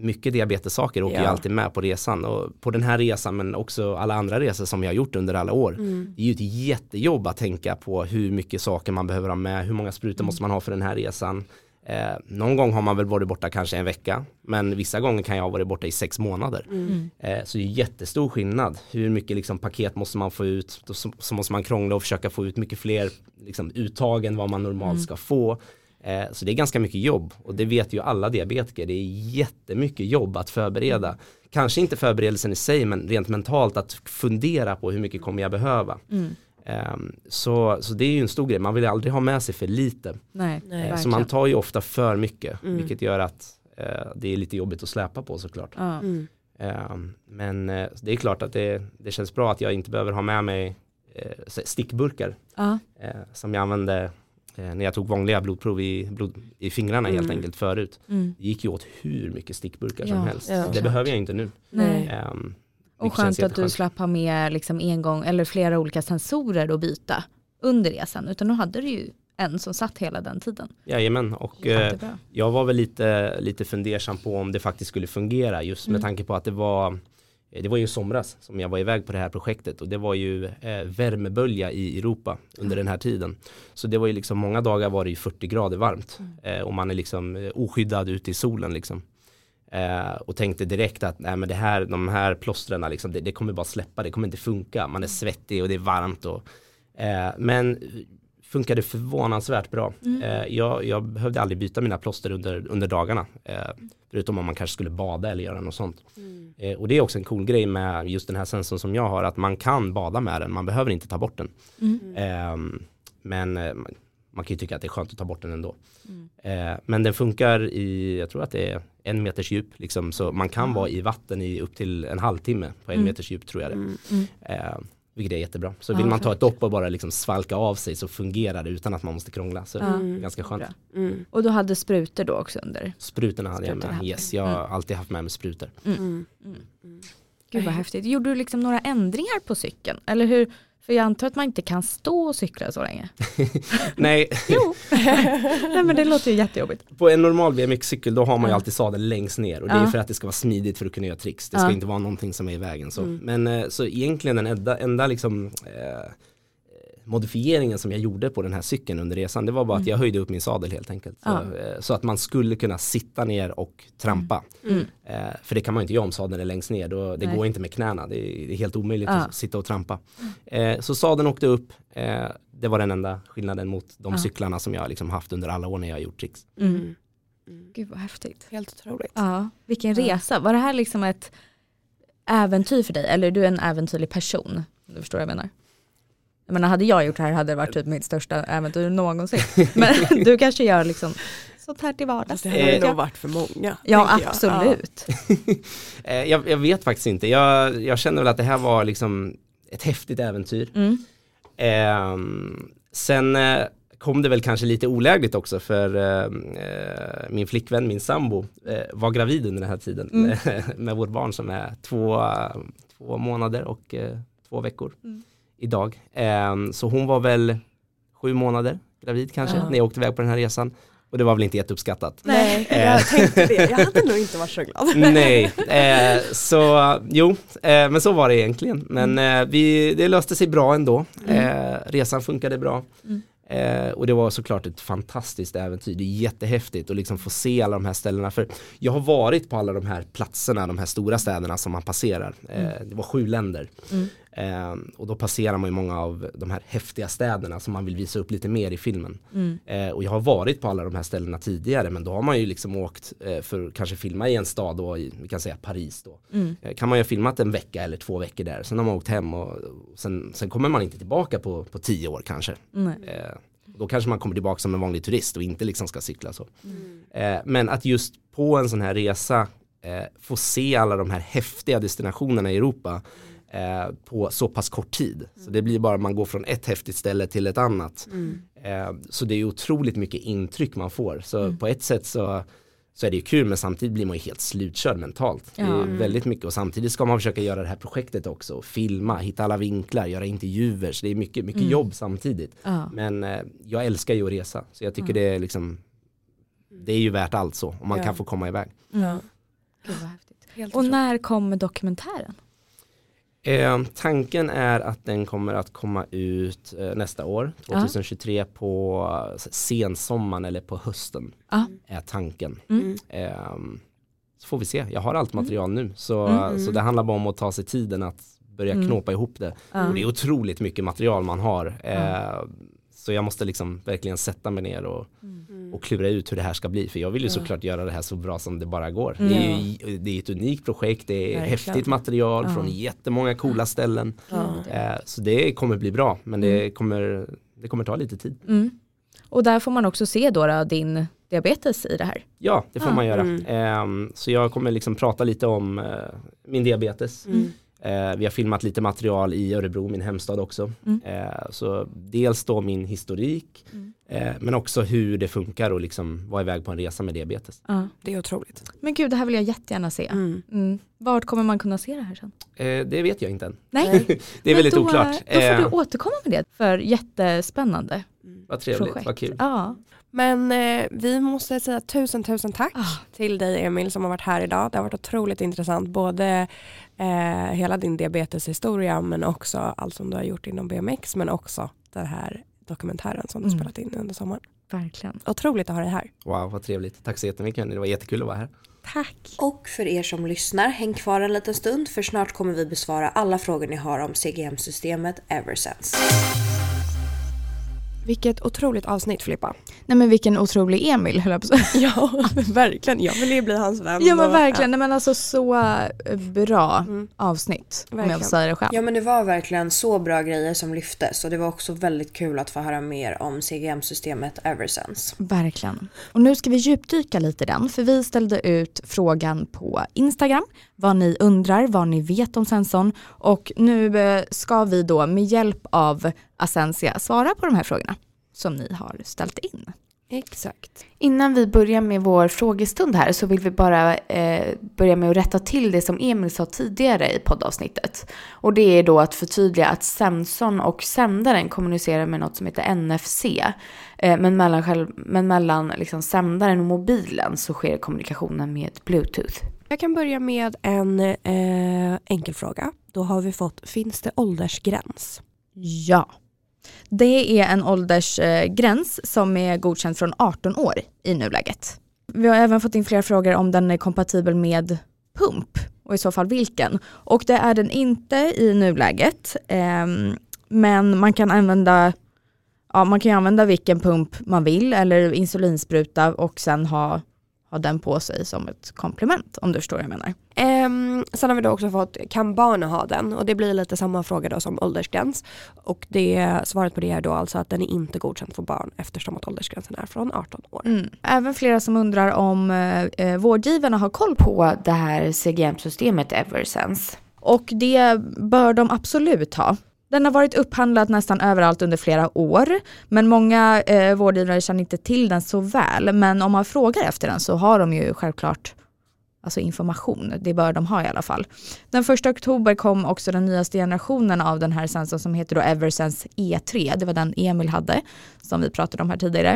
mycket diabetessaker åker ju alltid med på resan. Och på den här resan, men också alla andra resor som jag har gjort under alla år. Det är ju ett jättejobb att tänka på hur mycket saker man behöver ha med. Hur många sprutor måste man ha för den här resan. Någon gång har man väl varit borta kanske en vecka. Men vissa gånger kan jag ha varit borta i 6 månader. Så det är jättestor skillnad. Hur mycket liksom, paket måste man få ut. Så måste man krångla och försöka få ut mycket fler liksom, uttag än vad man normalt ska få. Så det är ganska mycket jobb. Och det vet ju alla diabetiker. Det är jättemycket jobb att förbereda. Kanske inte förberedelsen i sig, men rent mentalt att fundera på hur mycket kommer jag behöva. Så det är ju en stor grej. Man vill aldrig ha med sig för lite. Nej, så man tar ju ofta för mycket. Vilket gör att det är lite jobbigt att släpa på såklart. Men det är klart att det känns bra att jag inte behöver ha med mig stickburkar. Som jag använde när jag tog vanliga blodprov i fingrarna helt enkelt förut. Det gick ju åt hur mycket stickburkar som helst. Det behöver jag inte nu. Och skönt att du slapp ha med liksom en gång eller flera olika sensorer att byta under resan. Utan nu hade du ju en som satt hela den tiden. Jajamän, och jag var väl lite fundersam på om det faktiskt skulle fungera. Just med tanke på att det var ju somras som jag var iväg på det här projektet. Och det var ju värmebölja i Europa under den här tiden. Så det var ju liksom många dagar var det ju 40 grader varmt. Och man är liksom oskyddad ute i solen liksom. Och tänkte direkt att men de här plåstren liksom, det kommer bara släppa, det kommer inte funka. Man är svettig och det är varmt. Men funkade förvånansvärt bra. Jag behövde aldrig byta mina plåster under dagarna. Förutom om man kanske skulle bada eller göra något sånt. Och det är också en cool grej med just den här sensorn som jag har. Att man kan bada med den, man behöver inte ta bort den. Men man kan ju tycka att det är skönt att ta bort den ändå. Men den funkar jag tror att det är 1 meters djup. Liksom, så man kan vara i vatten i upp till en halvtimme på 1 meters djup tror jag det. Vilket är jättebra. Så vill man ta ett dopp och bara liksom svalka av sig så fungerar det utan att man måste krångla. Så ganska skönt. Och du hade sprutor då också under? Sprutorna hade jag med. Yes, jag har alltid haft med mig sprutor. Gud vad häftigt. Gjorde du liksom några ändringar på cykeln? Eller hur? För jag antar att man inte kan stå och cykla så länge. Nej. Jo. Nej, men det låter ju jättejobbigt. På en normal BMX-cykel då har man ju alltid sadeln längst ner. Och det är för att det ska vara smidigt för att kunna göra tricks. Det ska inte vara någonting som är i vägen. Så. Men så egentligen den enda liksom, modifieringen som jag gjorde på den här cykeln under resan, det var bara att jag höjde upp min sadel helt enkelt. Så att man skulle kunna sitta ner och trampa. För det kan man inte göra om sadeln är längst ner. Det går inte med knäna. Det är helt omöjligt att sitta och trampa. Så sadeln åkte upp. Det var den enda skillnaden mot de cyklarna som jag liksom haft under alla år när jag har gjort tricks. Gud vad häftigt. Helt otroligt. Ja, vilken resa. Var det här liksom ett äventyr för dig? Eller är du en äventyrlig person? Du förstår vad jag menar? Jag menar, hade jag gjort det här hade det varit typ mitt största äventyr någonsin. Men du kanske gör liksom sånt här till vardags. Det har nog varit för många. Ja, absolut. Jag vet faktiskt inte. Jag känner väl att det här var liksom ett häftigt äventyr. Sen kom det väl kanske lite olägligt också för min flickvän, min sambo, var gravid under den här tiden med vårt barn som är 2 månader och 2 veckor. Idag. Så hon var väl 7 månader gravid kanske när jag åkte iväg på den här resan. Och det var väl inte jätteuppskattat. Nej, jag tänkte det. Jag hade nog inte varit så glad. Nej, men så var det egentligen. Men det löste sig bra ändå. Resan funkade bra. Och det var såklart ett fantastiskt äventyr. Det är jättehäftigt att liksom få se alla de här ställena. För jag har varit på alla de här platserna, de här stora städerna som man passerar. Det var 7 länder. Och då passerar man ju många av de här häftiga städerna som man vill visa upp lite mer i filmen. Och jag har varit på alla de här ställena tidigare, men då har man ju liksom åkt för att kanske filma i en stad då, vi kan säga Paris då. Kan man ju ha filmat en vecka eller 2 veckor där, sen har man åkt hem och sen kommer man inte tillbaka på 10 år kanske. Då kanske man kommer tillbaka som en vanlig turist och inte liksom ska cykla så. Men att just på en sån här resa få se alla de här häftiga destinationerna i Europa på så pass kort tid. Så det blir bara man går från ett häftigt ställe till ett annat. Så det är otroligt mycket intryck man får. Så på ett sätt så är det ju kul, men samtidigt blir man ju helt slutkörd mentalt. Det är väldigt mycket, och samtidigt ska man försöka göra det här projektet också. Filma, hitta alla vinklar, göra intervjuer. Så det är mycket jobb samtidigt. Men jag älskar ju att resa. Så jag tycker det är liksom, det är ju värt allt så. Om man kan få komma iväg. Gud vad häftigt. Och när kommer dokumentären? Tanken är att den kommer att komma ut nästa år, 2023 på sensommaren eller på hösten är tanken. Så får vi se, jag har allt material nu så det handlar bara om att ta sig tiden att börja knåpa ihop det. Och det är otroligt mycket material man har. Så jag måste liksom verkligen sätta mig ner och klura ut hur det här ska bli. För jag vill ju såklart göra det här så bra som det bara går. Det är ett unikt projekt, det är häftigt material från jättemånga coola ställen. Så det kommer bli bra, men det kommer ta lite tid. Och där får man också se då din diabetes i det här. Ja, det får man göra. Så jag kommer liksom prata lite om min diabetes. Vi har filmat lite material i Örebro, min hemstad också. Så dels då min historik, men också hur det funkar och liksom vara iväg på en resa med diabetes. Det är otroligt. Men gud, det här vill jag jättegärna se. Vart kommer man kunna se det här sen? Det vet jag inte än. Nej. Det är väldigt oklart. Då får du återkomma med det, för jättespännande vad trevligt, projekt. Vad kul. Men vi måste säga tusen tack till dig, Emil, som har varit här idag. Det har varit otroligt intressant, både hela din diabeteshistoria, men också allt som du har gjort inom BMX, men också den här dokumentären som du spelat in under sommaren. Verkligen. Otroligt att ha dig här. Wow, vad trevligt. Tack så jättemycket. Det var jättekul att vara här. Tack. Och för er som lyssnar, häng kvar en liten stund, för snart kommer vi besvara alla frågor ni har om CGM-systemet Eversense. Vilket otroligt avsnitt, Filippa. Nej, men vilken otrolig Emil, höll jag på att säga. Ja, verkligen. Jag vill ju bli hans vän. Ja, men verkligen. Nej, men alltså så bra avsnitt, om jag får säga det själv. Ja, men det var verkligen så bra grejer som lyftes. Och det var också väldigt kul att få höra mer om CGM-systemet Eversense. Verkligen. Och nu ska vi djupdyka lite i den. För vi ställde ut frågan på Instagram. Vad ni undrar, vad ni vet om sensorn. Och nu ska vi då med hjälp av Ascensia svara på de här frågorna som ni har ställt in. Exakt. Innan vi börjar med vår frågestund här så vill vi bara börja med att rätta till det som Emil sa tidigare i poddavsnittet. Och det är då att förtydliga att sensorn och sändaren kommunicerar med något som heter NFC. Men mellan liksom sändaren och mobilen så sker kommunikationen med Bluetooth. Jag kan börja med en enkel fråga. Då har vi fått, finns det åldersgräns? Ja. Det är en åldersgräns som är godkänd från 18 år i nuläget. Vi har även fått in flera frågor om den är kompatibel med pump och i så fall vilken. Och det är den inte i nuläget. Men man kan använda vilken pump man vill eller insulinspruta och sen ha den på sig som ett komplement, om du förstår vad jag menar. Sen har vi då också fått, kan barnen ha den? Och det blir lite samma fråga då som åldersgräns. Och svaret på det är då alltså att den är inte godkänd för barn eftersom att åldersgränsen är från 18 år. Även flera som undrar om vårdgivarna har koll på det här CGM-systemet Eversense. Och det bör de absolut ha. Den har varit upphandlad nästan överallt under flera år, men många vårdgivare känner inte till den så väl. Men om man frågar efter den så har de ju självklart information. Det bör de ha i alla fall. Den 1 oktober kom också den nyaste generationen av den här sensorn som heter då Eversense E3. Det var den Emil hade som vi pratade om här tidigare.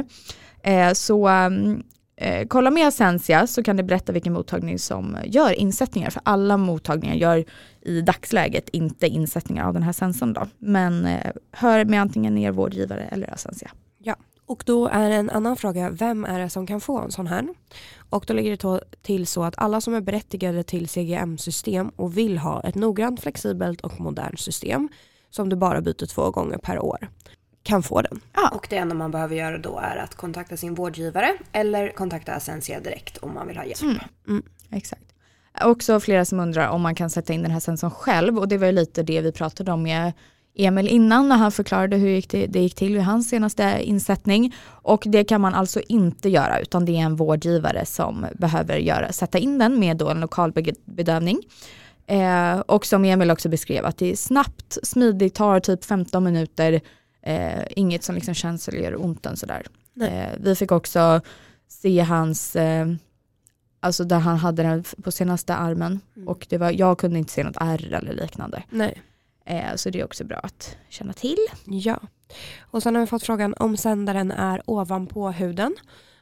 Kolla med Ascensia så kan du berätta vilken mottagning som gör insättningar. För alla mottagningar gör i dagsläget inte insättningar av den här sensorn då. Men hör med antingen er vårdgivare eller Ascensia. Ja, och då är en annan fråga. Vem är det som kan få en sån här? Och då ligger det till så att alla som är berättigade till CGM-system och vill ha ett noggrant, flexibelt och modernt system som du bara byter 2 gånger per år kan få den. Ja. Och det enda man behöver göra då är att kontakta sin vårdgivare eller kontakta Ascensia direkt om man vill ha hjälp. Exakt. Också flera som undrar om man kan sätta in den här sensorn själv, och det var ju lite det vi pratade om med Emil innan när han förklarade hur det gick till vid hans senaste insättning. Och det kan man alltså inte göra, utan det är en vårdgivare som behöver sätta in den med då en lokal bedövning. Och som Emil också beskrev att det är snabbt, smidigt, tar typ 15 minuter. Inget som liksom känns eller gör ont än sådär. Vi fick också se hans, alltså där han hade den på senaste armen. Och jag kunde inte se något ärr eller liknande. Nej. Så det är också bra att känna till. Ja. Och sen har vi fått frågan om sändaren är ovanpå huden.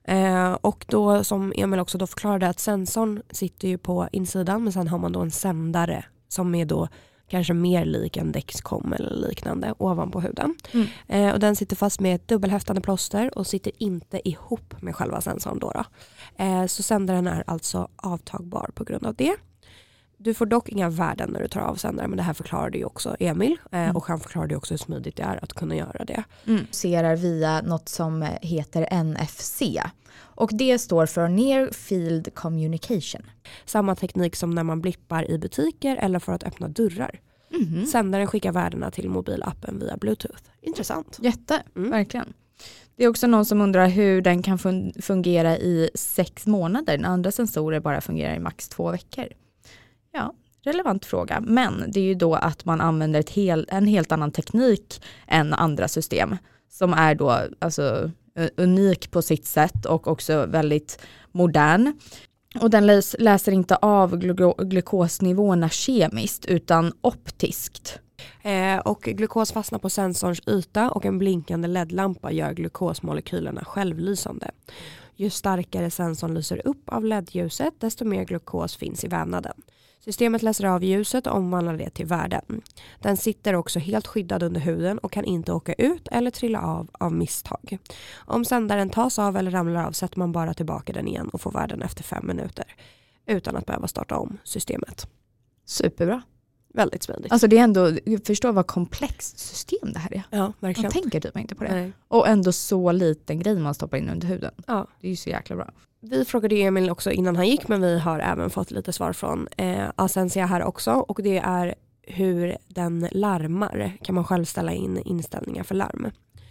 Och då som Emil också då förklarade att sensorn sitter ju på insidan, men sen har man då en sändare som är då kanske mer lik en Dexcom eller liknande ovanpå huden. Och den sitter fast med ett dubbelhäftande plåster och sitter inte ihop med själva sensorn då. Så sändaren är alltså avtagbar på grund av det. Du får dock inga värden när du tar av sändaren, men det här förklarade ju också Emil. Och han förklarade ju också hur smidigt det är att kunna göra det. Ser via något som heter NFC. Och det står för Near Field Communication. Samma teknik som när man blippar i butiker eller för att öppna dörrar. Sändaren skickar värdena till mobilappen via Bluetooth. Intressant. Verkligen. Det är också någon som undrar hur den kan fungera i 6 månader när andra sensorer bara fungerar i max 2 veckor. Ja, relevant fråga. Men det är ju då att man använder en helt annan teknik än andra system. Som är då alltså unik på sitt sätt och också väldigt modern. Och den läser inte av glukosnivåerna kemiskt utan optiskt. Och glukos fastnar på sensorns yta och en blinkande LED-lampa gör glukosmolekylerna självlysande. Ju starkare sensorn lyser upp av LED-ljuset, desto mer glukos finns i vävnaden. Systemet läser av ljuset och omvandlar det till värden. Den sitter också helt skyddad under huden och kan inte åka ut eller trilla av misstag. Om sändaren tas av eller ramlar av sätter man bara tillbaka den igen och får värden efter 5 minuter. Utan att behöva starta om systemet. Superbra. Väldigt smidigt. Alltså det är ändå, förstå vad komplext system det här är. Ja, verkligen. Man tänker typ inte på det. Nej. Och ändå så liten grej man stoppar in under huden. Ja. Det är ju så jäkla bra. Vi frågade Emil också innan han gick, men vi har även fått lite svar från Ascensia här också. Och det är hur den larmar. Kan man själv ställa in inställningar för larm.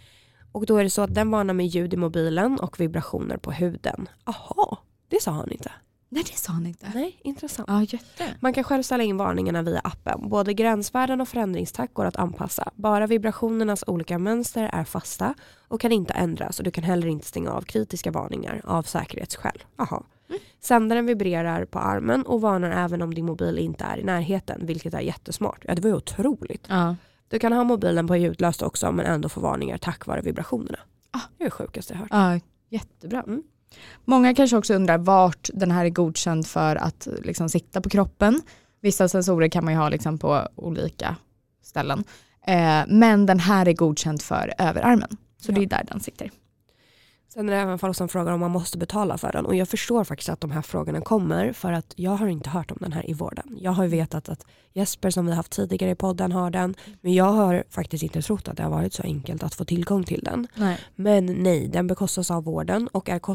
Och då är det så att den varnar med ljud i mobilen och vibrationer på huden. Aha, det sa han inte. Nej, det sa han inte. Nej, intressant. Ja, jätte. Man kan själv ställa in varningarna via appen. Både gränsvärden och förändringstakt går att anpassa. Bara vibrationernas olika mönster är fasta och kan inte ändras. Och du kan heller inte stänga av kritiska varningar av säkerhetsskäl. Aha. Sändaren vibrerar på armen och varnar även om din mobil inte är i närheten, vilket är jättesmart. Ja, det var ju otroligt. Ja. Du kan ha mobilen på ljudlöst också, men ändå få varningar tack vare vibrationerna. Det är det sjukaste jag hört. Ja, jättebra. Många kanske också undrar vart den här är godkänd för att liksom sitta på kroppen. Vissa sensorer kan man ju ha liksom på olika ställen. Men den här är godkänd för överarmen. Så det är där den sitter. Sen är det även folk som frågar om man måste betala för den. Och jag förstår faktiskt att de här frågorna kommer, för att jag har inte hört om den här i vården. Jag har ju vetat att Jesper som vi haft tidigare i podden har den. Men jag har faktiskt inte trott att det har varit så enkelt att få tillgång till den. Nej. Men nej, den bekostas av vården och är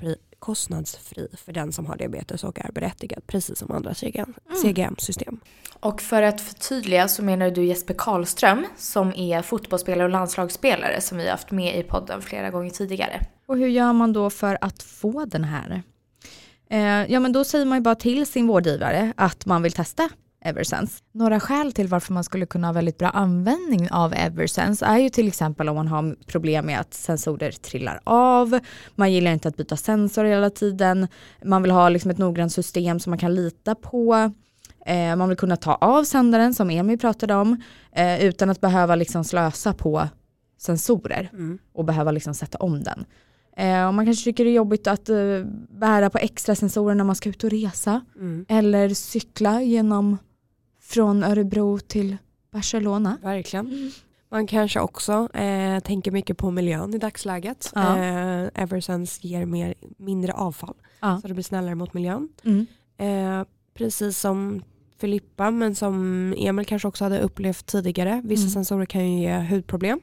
kostnadsfri för den som har diabetes och är berättigad, precis som andra CGM-system. Och för att förtydliga så menar du Jesper Karlström som är fotbollsspelare och landslagsspelare som vi har haft med i podden flera gånger tidigare. Och hur gör man då för att få den här? Ja, men då säger man ju bara till sin vårdgivare att man vill testa Eversense. Några skäl till varför man skulle kunna ha väldigt bra användning av Eversense är ju till exempel om man har problem med att sensorer trillar av. Man gillar inte att byta sensor hela tiden. Man vill ha liksom ett noggrant system som man kan lita på. Man vill kunna ta av sändaren som Emil pratade om utan att behöva liksom slösa på sensorer och behöva liksom sätta om den. Och man kanske tycker det är jobbigt att bära på extra sensorer när man ska ut och resa eller cykla från Örebro till Barcelona. Verkligen. Man kanske också tänker mycket på miljön i dagsläget. Ja. Eversense ger mindre avfall så det blir snällare mot miljön. Precis som Filippa, men som Emil kanske också hade upplevt tidigare. Vissa sensorer kan ju ge hudproblem.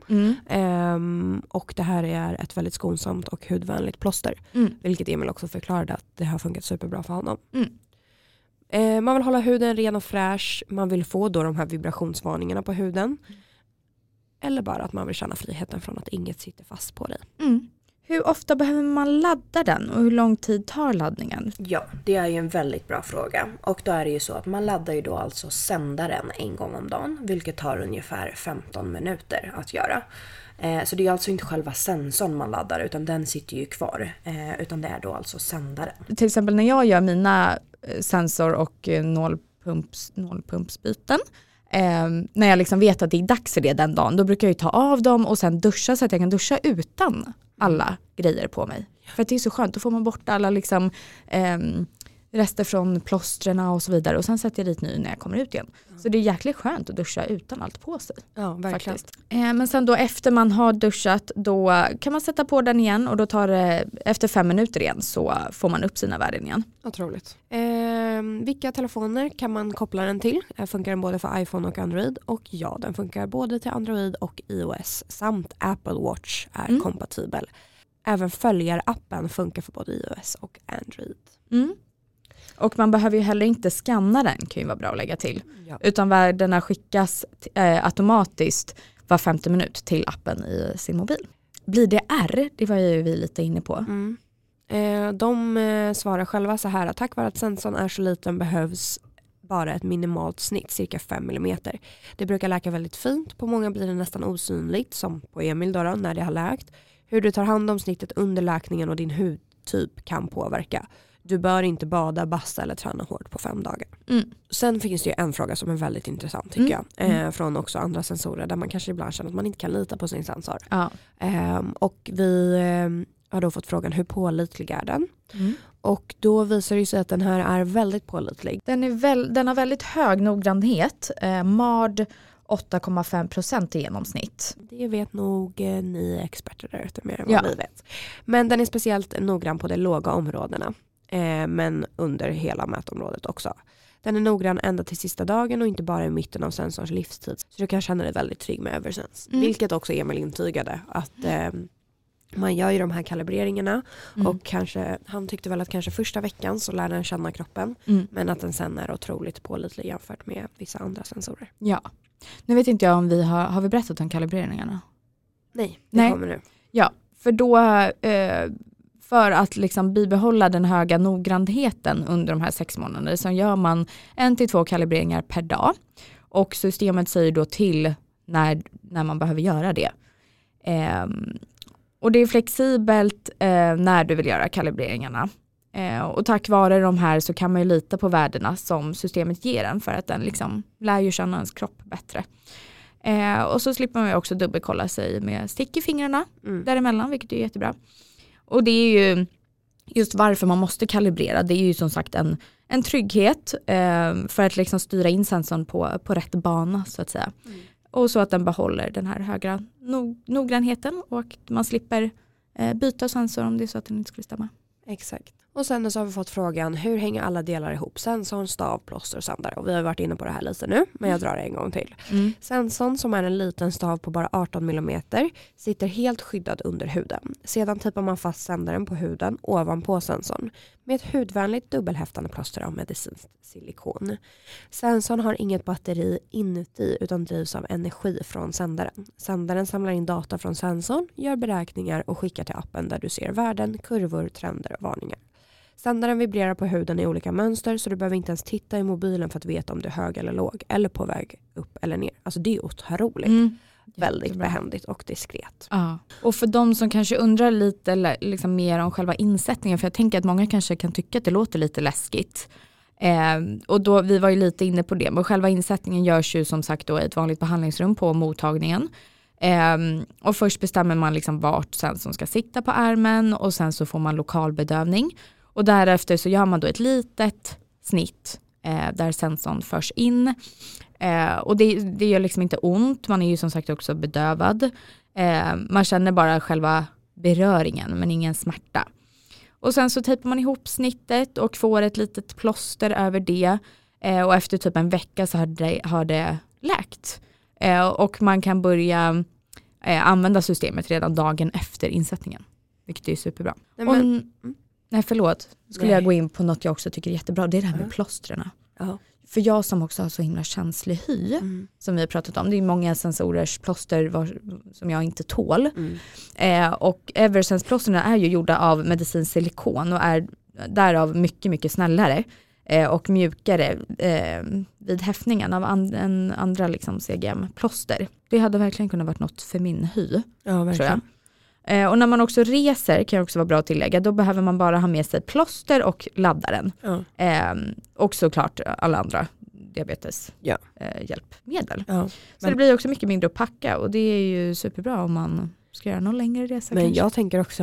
Och det här är ett väldigt skonsamt och hudvänligt plåster. Vilket Emil också förklarade att det har funkat superbra för honom. Man vill hålla huden ren och fräsch. Man vill få då de här vibrationsvarningarna på huden. Eller bara att man vill känna friheten från att inget sitter fast på dig. Hur ofta behöver man ladda den och hur lång tid tar laddningen? Ja, det är ju en väldigt bra fråga. Och då är det ju så att man laddar ju då alltså sändaren en gång om dagen. Vilket tar ungefär 15 minuter att göra. Så det är alltså inte själva sensorn man laddar utan den sitter ju kvar. Utan det är då alltså sändaren. Till exempel när jag gör mina sensor- och nålpumpsbyten när jag liksom vet att det är dags för det den dagen, då brukar jag ju ta av dem och sen duscha så att jag kan duscha utan alla grejer på mig. För att det är så skönt, då får man bort alla liksom, rester från plåstrena och så vidare. Och sen sätter jag dit ny när jag kommer ut igen. Så det är jäkligt skönt att duscha utan allt på sig. Ja, verkligen. Men sen då efter man har duschat, då kan man sätta på den igen. Och då tar det, efter 5 minuter igen, så får man upp sina värden igen. Otroligt. Vilka telefoner kan man koppla den till? Funkar den både för iPhone och Android? Och ja, den funkar både till Android och iOS. Samt Apple Watch är kompatibel. Även följarappen funkar för både iOS och Android. Och man behöver ju heller inte scanna den, kan ju vara bra att lägga till. Ja. Utan värdena skickas automatiskt var 50 minut till appen i sin mobil. Blir det R? Det var ju vi lite inne på. De svarar själva så här att tack vare att sensorn är så liten behövs bara ett minimalt snitt, cirka 5 mm. Det brukar läka väldigt fint. På många blir det nästan osynligt, som på Emil då, när det har läkt. Hur du tar hand om snittet under läkningen och din hudtyp kan påverka. Du bör inte bada, basta eller träna hårt på 5 dagar. Sen finns det ju en fråga som är väldigt intressant tycker jag. Från också andra sensorer där man kanske ibland känner att man inte kan lita på sin sensor. Ja. Och vi har då fått frågan hur pålitlig är den? Och då visar det sig att den här är väldigt pålitlig. Den har väldigt hög noggrannhet. MARD 8,5% i genomsnitt. Det vet nog ni experter där ute mer än vad vi vet. Men den är speciellt noggrann på de låga områdena. Men under hela mätområdet också. Den är noggrann ända till sista dagen och inte bara i mitten av sensorns livstid. Så du kan känna dig väldigt trygg med Eversense. Vilket också Emil intygade. Att man gör ju de här kalibreringarna. Och kanske, han tyckte väl att kanske första veckan så lär den känna kroppen. Men att den sen är otroligt pålitlig jämfört med vissa andra sensorer. Ja. Nu vet inte jag om vi har vi berättat om kalibreringarna? Nej, det kommer nu. Ja, för då för att liksom bibehålla den höga noggrannheten under de här 6 månaderna så gör man 1 till 2 kalibreringar per dag. Och systemet säger då till när man behöver göra det. Och det är flexibelt när du vill göra kalibreringarna. Och tack vare de här så kan man ju lita på värdena som systemet ger en för att den liksom lär ju känna ens kropp bättre. Och så slipper man ju också dubbelkolla sig med stick i fingrarna däremellan, vilket är jättebra. Och det är ju just varför man måste kalibrera. Det är ju som sagt en trygghet för att liksom styra in sensorn på rätt bana så att säga. Och så att den behåller den här höga noggrannheten och man slipper byta sensor om det är så att den inte skulle stämma. Exakt. Och sen så har vi fått frågan, hur hänger alla delar ihop? Sensorn, stav, plåster och sändare. Och vi har varit inne på det här lite nu, men jag drar det en gång till. Sensorn, som är en liten stav på bara 18 mm, sitter helt skyddad under huden. Sedan typar man fast sändaren på huden ovanpå sensorn med ett hudvänligt dubbelhäftande plåster av medicinskt silikon. Sensorn har inget batteri inuti utan drivs av energi från sändaren. Sändaren samlar in data från sensorn, gör beräkningar och skickar till appen där du ser värden, kurvor, trender och varningar. Sändaren vibrerar på huden i olika mönster så du behöver inte ens titta i mobilen för att veta om du är hög eller låg eller på väg upp eller ner. Alltså det är otroligt. Väldigt behändigt och diskret. Ja. Och för de som kanske undrar lite liksom mer om själva insättningen, för jag tänker att många kanske kan tycka att det låter lite läskigt. Och då, vi var ju lite inne på det, men själva insättningen görs ju som sagt då i ett vanligt behandlingsrum på mottagningen. Och först bestämmer man liksom vart sensorn ska sitta på armen och sen så får man lokalbedövning. Och därefter så gör man då ett litet snitt där sensorn förs in. Och det gör liksom inte ont. Man är ju som sagt också bedövad. Man känner bara själva beröringen men ingen smärta. Och sen så tejpar man ihop snittet och får ett litet plåster över det. Och efter typ en vecka så har det läkt. Och man kan börja använda systemet redan dagen efter insättningen. Vilket är superbra. Nej, förlåt. Skulle jag gå in på något jag också tycker är jättebra. Det är det här med plåsterna. För jag som också har så himla känslig hy, som vi har pratat om. Det är många sensorers plåster som jag inte tål. Och Eversense-plåsterna är ju gjorda av medicinskt silikon och är därav mycket, mycket snällare och mjukare vid häftningen av andra liksom CGM-plåster. Det hade verkligen kunnat varit något för min hy, tror jag. Och när man också reser, kan det också vara bra att tillägga, då behöver man bara ha med sig plåster och laddaren. Och såklart alla andra diabeteshjälpmedel. Så det blir också mycket mindre att packa och det är ju superbra om man ska göra någon längre resa. Men kanske. Jag tänker också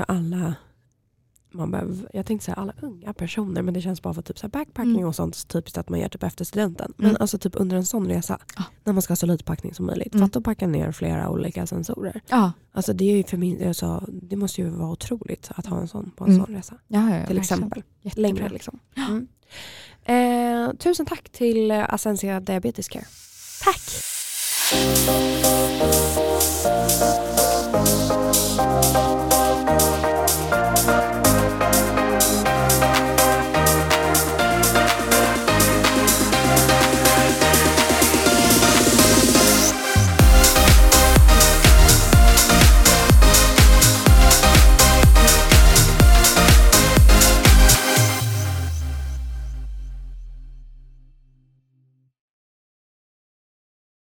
jag tänkte säga alla unga personer, men det känns bara för typ så här backpacking och sånt typiskt att man gör typ efter studenten. Men alltså typ under en sån resa när man ska ha så lite packning som möjligt. För att packa ner flera olika sensorer. Alltså det är ju för min, det måste ju vara otroligt att ha en sån på en sån resa. Till exempel. Längre liksom. Tusen tack till Ascensia Diabetes Care. Tack!